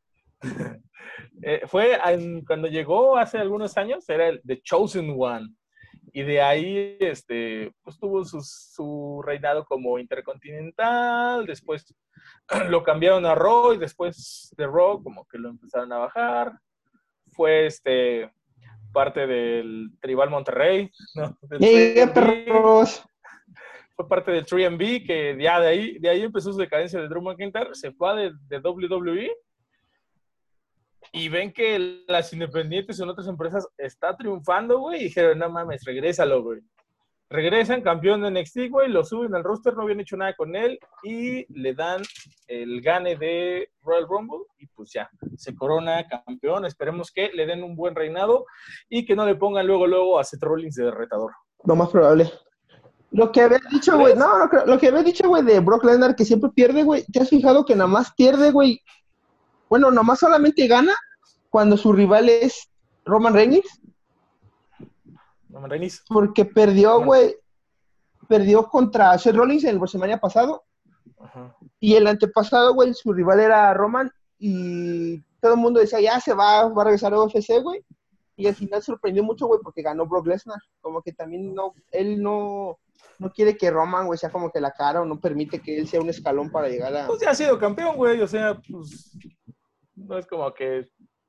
Eh, fue en, cuando llegó hace algunos años, era el The Chosen One. Y de ahí, este, pues tuvo su, su reinado como intercontinental, después lo cambiaron a Raw y después de Raw como que lo empezaron a bajar. Fue, este, parte del Tribal Monterrey, ¿no? Del ¡Ey, perros! Fue parte del tres M B, que ya de ahí, de ahí empezó su decadencia de Drew McIntyre, se fue de, de W W E, y ven que las independientes en otras empresas está triunfando, güey, y dijeron, no mames, regrésalo, güey. Regresan, campeón de N X T, güey, lo suben al roster, no habían hecho nada con él, y le dan el gane de Royal Rumble, y pues ya, se corona campeón. Esperemos que le den un buen reinado, y que no le pongan luego, luego a Seth Rollins de retador. Lo más probable. Lo que había dicho, güey, no, no, lo que había dicho, güey, de Brock Lesnar, que siempre pierde, güey, ¿te has fijado que nada más pierde, güey? Bueno, nomás solamente gana cuando su rival es Roman Reigns. Roman Reigns. Porque perdió, güey. Perdió contra Seth Rollins en el WrestleMania pasado. Ajá. Y el antepasado, güey, su rival era Roman. Y todo el mundo decía, ya se va, va a regresar a U F C, güey. Y al final sorprendió mucho, güey, porque ganó Brock Lesnar. Como que también no, él no, no quiere que Roman, güey, sea como que la cara o no permite que él sea un escalón para llegar a... Pues ya ha sido campeón, güey, o sea, pues... No es como que...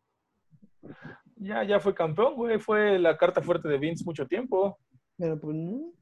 Ya, ya fue campeón, güey. Fue la carta fuerte de Vince mucho tiempo. Pero pues no.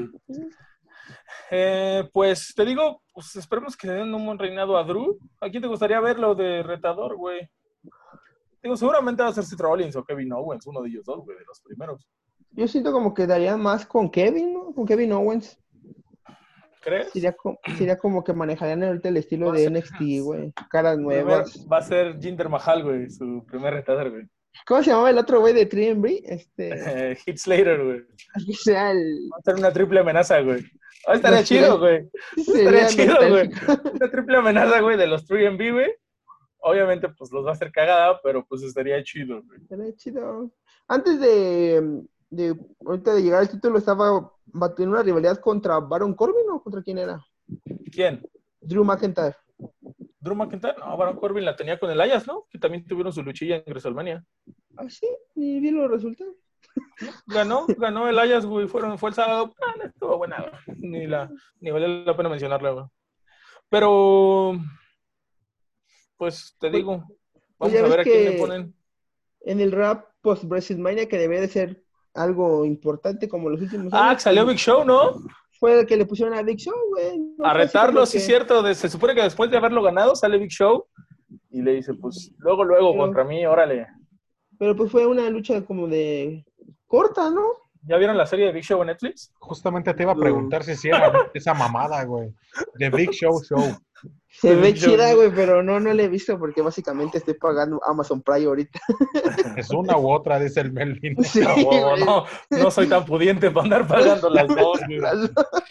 eh, pues te digo, pues esperemos que le den un buen reinado a Drew. ¿A quién te gustaría verlo de retador, güey? Digo, seguramente va a ser Seth Rollins o Kevin Owens, uno de ellos dos, güey, de los primeros. Yo siento como que daría más con Kevin, ¿no? Con Kevin Owens. ¿Crees? Sería como, sería como que manejarían ahorita el estilo de N X T, güey. Caras nuevas. Primer, va a ser Jinder Mahal, güey, su primer retador, güey. ¿Cómo se llamaba el otro güey de tres M B? Este... Heath Slater, güey. O sea, el... Va a ser una triple amenaza, güey. Oh, estaría los chido, güey. Estaría chido, güey. Una triple amenaza, güey, de los tres M B, güey. Obviamente, pues, los va a hacer cagada, pero, pues, estaría chido, güey. Estaría chido. Antes de... de ahorita de llegar al título, estaba batiendo una rivalidad contra Baron Corbin, ¿o contra quién era? ¿Quién? Drew McIntyre. Drew McIntyre, no, Baron Corbin la tenía con el Elias, ¿no? Que también tuvieron su luchilla en WrestleMania. Ah, sí, ni vi los resultados. Ganó, ganó el Elias, güey, fueron, fue el sábado, ah, no estuvo buena, güey. Ni la, ni vale la pena mencionarla, güey. Pero, pues, te digo, vamos pues a ver a quién le ponen. En el rap post-WrestleMania, que debe de ser algo importante como los últimos años. Ah, que salió Big Show, ¿no? Fue el que le pusieron a Big Show, güey. No a retarlo, sí, que... es cierto. De, se supone que después de haberlo ganado, sale Big Show y le dice, pues, luego, luego, pero, contra mí, órale. Pero pues fue una lucha como de corta, ¿no? ¿Ya vieron la serie de Big Show en Netflix? Justamente te iba a preguntar no. si sí era esa mamada, güey. De Big Show Show. Se ve chida, güey, pero no, no la he visto porque básicamente estoy pagando Amazon Prime ahorita. Es una u otra, dice el Melvin. Sí, No, huevo, güey. no, no soy tan pudiente para andar pagando las dos, güey. Las-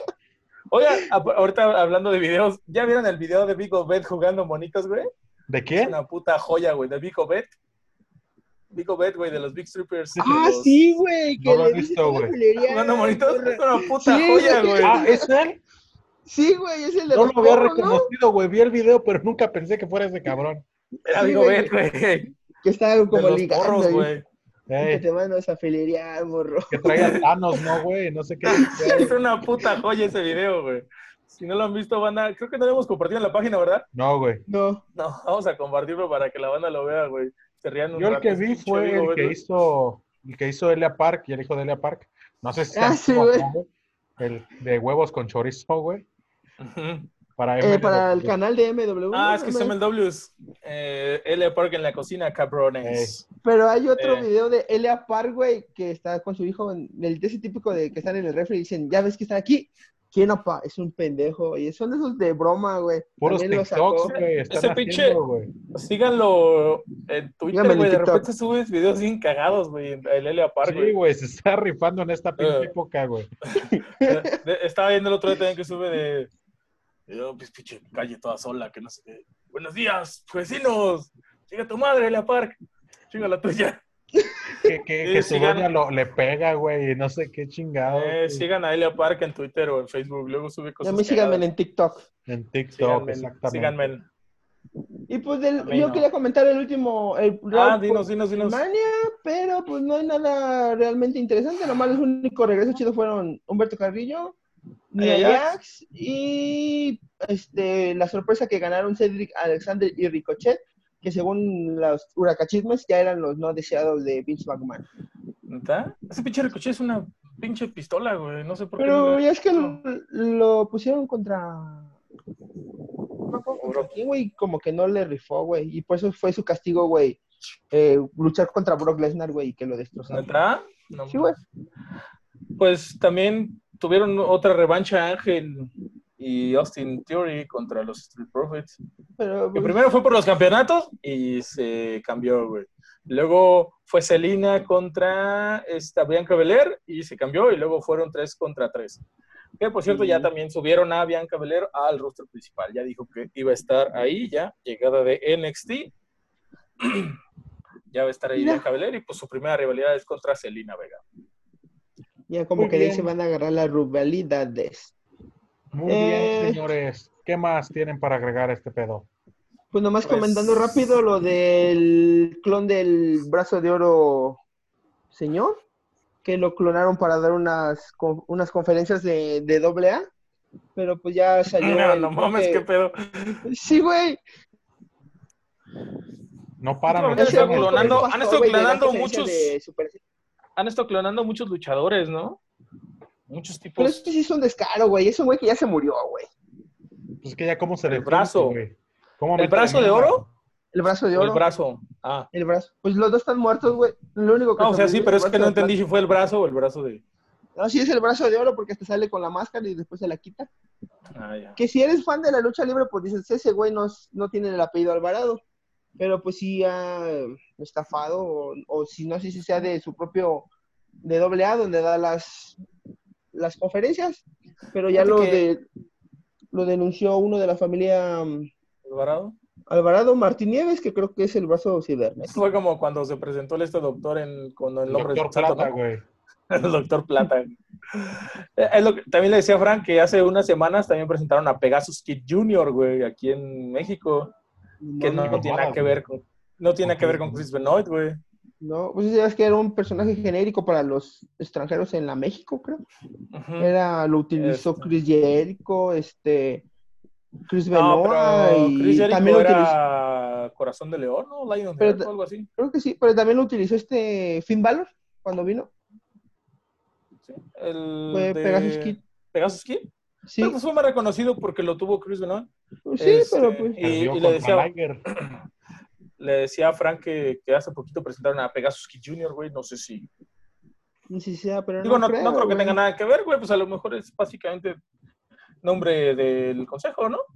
Oiga, a- ahorita hablando de videos, ¿ya vieron el video de Vigo Bet jugando monitos, güey? ¿De Es qué? una puta joya, güey, de Vigo Bet. Vigo Bet, güey, de los Big Strippers. de Ah, los- sí, güey, que No lo he le dice visto, toda la güey. fulería, Jugando monitos, morra. es una puta Sí, joya, güey. güey. Ah, ¿es él? Sí, güey, es el de No los lo había porros, ¿no? reconocido, güey. Vi el video, pero nunca pensé que fuera ese cabrón. Era Sí, Vigo güey, Bet, güey. que está De como los ligando porros, y- güey. y que Ey, te mandas a filerear, morro. que traía Thanos, ¿no, güey? No sé qué. Es una puta joya ese video, güey. Si no lo han visto, banda, creo que no lo hemos compartido en la página, ¿verdad? No, güey. No. No, vamos a compartirlo para que la banda lo vea, güey. Se rían un Yo el rato, que ese vi pinche fue Vigo el Bet, que güey. hizo, el que hizo Elia Park y el hijo de Elia Park. No sé si se Ah, han sí, visto, güey. güey. El de huevos con chorizo, güey. Ujú. Para Eh, para el M L W. canal de M W. Ah, ¿no? es que es M- M L Ws. Eh, L A Park en la cocina, cabrones. Pero hay otro Eh. video de Elia Park, güey, que está con su hijo, en- el de ese típico de que están en el refri y dicen, ya ves que están aquí. ¿Quién, apa? Es un pendejo. Y son de esos de broma, güey. Puros También lo sacó. TikToks, güey. Están Ese haciendo, pinche- güey. Síganlo en Síganme Twitter, en güey. De TikTok. repente subes videos bien cagados, güey. El L A Park, Sí, güey. güey. Se está rifando en esta pinche Eh. época, güey. Eh, de- Estaba viendo el otro día también que sube de. Yo, pues, pinche calle toda sola, que no sé qué. Buenos días, vecinos. Llega tu madre, L A Park. Llega la tuya. Que, que, Sí, que su sigan- doña lo, le pega, güey. Y no sé qué chingado. Eh, güey. sigan a L A Park en Twitter o en Facebook. Luego sube Y a cosas. mí síganme cagadas. en TikTok. En TikTok, Síganme, exactamente. síganme. Y pues del- A mí yo no. quería comentar el último, el Ah, Raw dinos, por dinos, dinos. Mania, pero pues no hay nada realmente interesante. Nomás los únicos regresos chidos fueron Humberto Carrillo, Nia Nia Jax y este, la sorpresa que ganaron Cedric Alexander y Ricochet, que según los huracachismes ya eran los no deseados de Vince McMahon. ¿Neta? Ese pinche Ricochet es una pinche pistola, güey. No sé por qué. Pero no- ya es que lo, lo pusieron contra... No me acuerdo contra quién, güey, como que no le rifó, güey. Y por eso fue su castigo, güey. eh, luchar contra Brock Lesnar, güey, y que lo destrozaron. ¿Neta? No. Sí, güey. Pues también tuvieron otra revancha Ángel y Austin Theory contra los Street Profits. Pero, Que pues, primero fue por los campeonatos y se cambió, güey. Luego fue Selina contra esta Bianca Belair y se cambió. Y luego fueron tres contra tres. Que por cierto, Sí. ya también subieron a Bianca Belair al roster principal. Ya dijo que iba a estar ahí, ya, llegada de N X T. Ya va a estar ahí Mira. Bianca Belair y pues su primera rivalidad es contra Selina Vega. ya como Muy que de ahí bien. se van a agarrar las rivalidades. Muy Eh. bien, señores. ¿Qué más tienen para agregar a este pedo? Pues nomás Pues- comentando rápido lo del clon del brazo de oro señor, que lo clonaron para dar unas, con- unas conferencias de, de doble A, pero pues ya salió. No, el- no mames, que- qué pedo. Sí, güey. No paran Últimamente los han estado clones, clonando- güey. han estado güey, de la clonando conferencia muchos- de Super- Han estado clonando muchos luchadores, ¿no? Muchos Pero tipos. eso sí es un descaro, güey. Es un güey que ya se murió, güey. Pues es que ya cómo se El le brazo. güey. ¿Cómo ¿El mete brazo de la mierda? oro? El brazo de ¿O oro. el brazo? Ah. El brazo. Pues los dos están muertos, güey. Lo único que No, o sea, sí, sobrevive pero el es que brazo no de entendí plata. si fue el brazo o el brazo de. No, sí es el brazo de oro porque hasta sale con la máscara y después se la quita. Ah, ya. Que si eres fan de la lucha libre, pues dices, ese güey no, es- no tiene el apellido Alvarado. Pero pues sí ha estafado, o, o si no sé si sea de su propio, de doble A, donde da las, las conferencias. Pero ya Fíjate lo, que- de, lo denunció uno de la familia um, ¿Alvarado? Alvarado Martín Nieves, que creo que es el brazo cibernético. Fue como cuando se presentó este doctor en, con el El nombre doctor santo, Plata, ¿no? güey. El doctor Plata. Eh, es lo que- también le decía a Frank que hace unas semanas también presentaron a Pegasus Kid junior, güey, aquí en México. Que no, no no tiene nada jodas, que güey. ver con. No tiene nada que ver con Chris Benoit, güey. No, pues ya es que era un personaje genérico para los extranjeros en la México, creo. Ujú. Era, lo utilizó Este. Chris Jericho, este, Chris No, Benoit pero y Chris Jericho también lo utilizó, era Corazón de León, ¿no? Lion of Pero Earth ta- o algo así. creo que sí, pero también lo utilizó este Finn Balor cuando vino, Sí. El fue de- Pegasus Kid. Pegasus Kid. Sí, Pero pues fue más reconocido porque lo tuvo Chris Benoit. pues sí, este, pero pues, y- Perdió y le contra decía- Liger. Le decía a Frank que, que hace poquito presentaron a Pegasus Kid junior, güey. No sé si. no sé si sea, pero Digo, no, no, creo, no creo que güey. tenga nada que ver, güey. Pues a lo mejor es básicamente nombre del consejo, ¿no?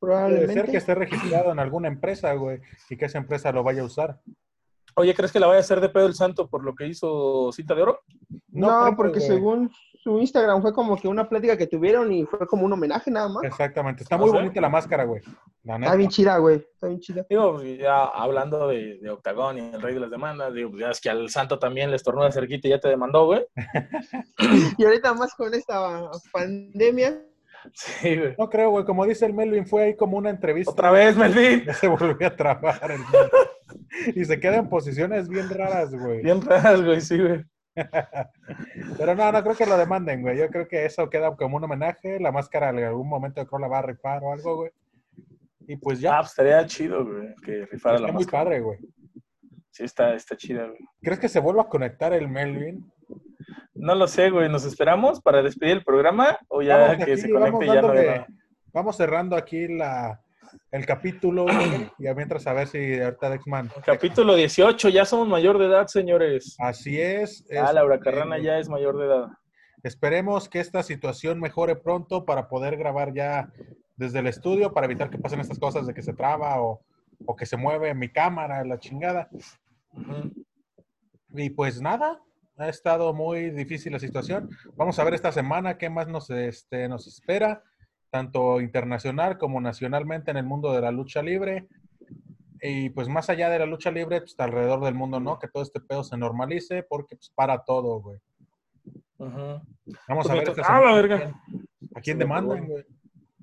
Puede ser que probablemente. esté registrado en alguna empresa, güey, y que esa empresa lo vaya a usar. Oye, ¿crees que la vaya a hacer de pedo el santo por lo que hizo Cinta de Oro? No No, creo, porque güey. según su Instagram fue como que una plática que tuvieron y fue como un homenaje nada más. Exactamente. Está No muy sé. bonita la máscara, güey. La Está bien neta. chida, güey. Está bien chida. Digo, pues, ya hablando de, de Octagón y el rey de las demandas, digo, pues ya es que al santo también le estornó de cerquita y ya te demandó, güey. Y ahorita más con esta pandemia. Sí, güey. No creo, güey. Como dice el Melvin, fue ahí como una entrevista. Otra vez, Melvin. Ya se volvió a trabar el Melvin. Y se queda en posiciones bien raras, güey. Bien raras, güey, sí, güey. Pero no, no creo que lo demanden, güey. Yo creo que eso queda como un homenaje. La máscara en algún momento creo la va a rifar o algo, güey. Y pues Ah, ya. pues estaría chido, güey, que rifara Está la muy máscara. padre, güey. Sí, está, está chida, güey. ¿Crees que se vuelva a conectar el Melvin? No lo sé, güey. ¿Nos esperamos para despedir el programa o ya Vamos que aquí, se vamos conecte y ya no haya dándole, nada? vamos cerrando aquí la, el capítulo, güey. Y a mientras a ver si ahorita Dexman. Capítulo dieciocho, ya somos mayor de edad, señores. Así es. Ah, Laura este, Carrana ya es mayor de edad. Esperemos que esta situación mejore pronto para poder grabar ya desde el estudio, para evitar que pasen estas cosas de que se traba o, o que se mueve mi cámara, la chingada. Ujú. Y pues nada, ha estado muy difícil la situación. Vamos a ver esta semana qué más nos, este, nos espera, tanto internacional como nacionalmente en el mundo de la lucha libre. Y pues más allá de la lucha libre, pues alrededor del mundo, ¿no? Que todo este pedo se normalice porque pues para todo, güey. Ujú. Vamos Pues a ver mientras- esta ¡Ah, semana la a verga! quién, a quién Se me demandan, pegó. güey.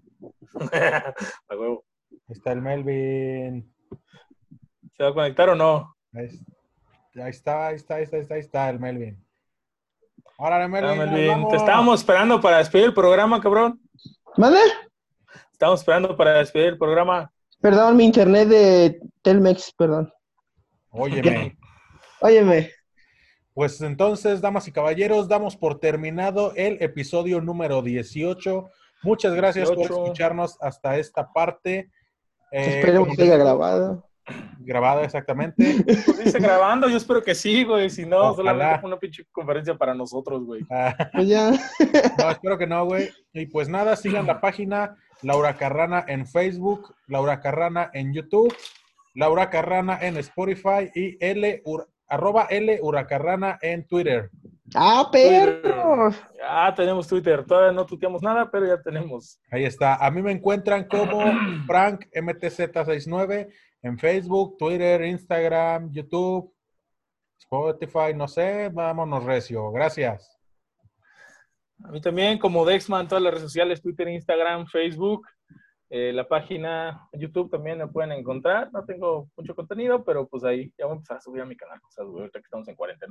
A huevo. Ahí está el Melvin. ¿Se va a conectar o no? Ahí, es- ahí está, ahí está, ahí está, ahí está, ahí está el Melvin. Órale, Ah, Melvin, nos Melvin, te vamos. estábamos esperando para despedir el programa, cabrón. ¿Mande? Estábamos esperando para despedir el programa. Perdón, mi internet de Telmex, perdón. Óyeme. Óyeme. Pues entonces, damas y caballeros, damos por terminado el episodio número dieciocho. Muchas gracias por dieciocho. escucharnos hasta esta parte. Eh, Esperemos como que haya les digo, grabado. grabada exactamente. Pues dice grabando, yo espero que sí, güey. Si no, Ojalá. solamente fue una pinche conferencia para nosotros, güey. Ah, Pues ya. no, espero que no, güey. Y pues nada, sigan la página Laura Carrana en Facebook, Laura Carrana en YouTube, Laura Carrana en Spotify y L, arroba L Huracarrana en Twitter. ¡Ah, Twitter. perros! Ya tenemos Twitter. Todavía no tuiteamos nada, pero ya tenemos. Ahí está. A mí me encuentran como Frank M T Z sesenta y nueve en Facebook, Twitter, Instagram, YouTube, Spotify, no sé. Vámonos recio. Gracias. A mí también, como Dexman, todas las redes sociales, Twitter, Instagram, Facebook, eh, la página YouTube también me pueden encontrar. No tengo mucho contenido, pero pues ahí ya voy a empezar a subir a mi canal cosas, güey, ahorita que estamos en cuarentena.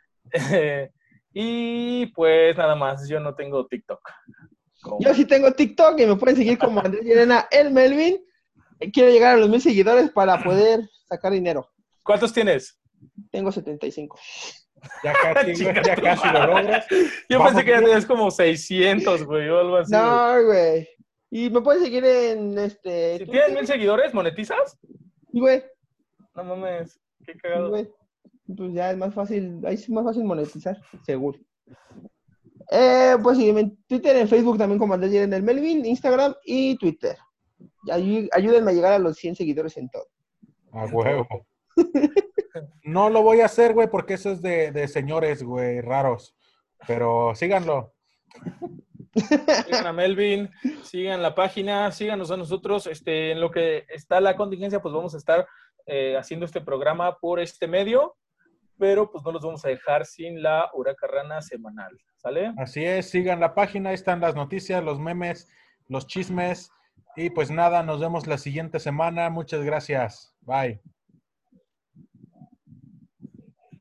Y pues nada más, yo no tengo TikTok. Como- Yo sí tengo TikTok y me pueden seguir como Andrés Llerena, el Melvin. Quiero llegar a los mil seguidores para poder sacar dinero. ¿Cuántos tienes? Tengo setenta y cinco. Ya casi, güey, Chica ya tu casi lo madre. logras. Yo Vamos pensé que ya bien. tenías como seiscientos, güey, o algo así. güey. No, güey. Y me pueden seguir en este. Si Twitter, tienes mil seguidores, ¿monetizas? güey. No mames, qué Sí, cagado. güey. Pues ya es más fácil, ahí sí es más fácil monetizar, seguro. Eh, pues sí, en Twitter, en Facebook también como Andrés Llerena, el Melvin, Instagram y Twitter. Y ayú- ayúdenme a llegar a los cien seguidores en todo. A huevo. No lo voy a hacer, güey, porque eso es de, de señores, güey, raros. Pero síganlo. Sigan a Melvin, sigan la página, síganos a nosotros. Este, en lo que está la contingencia, pues vamos a estar eh, haciendo este programa por este medio, pero pues no los vamos a dejar sin la Huracarrana semanal, ¿sale? Así es, sigan la página, ahí están las noticias, los memes, los chismes. Y pues nada, nos vemos la siguiente semana. Muchas gracias. Bye.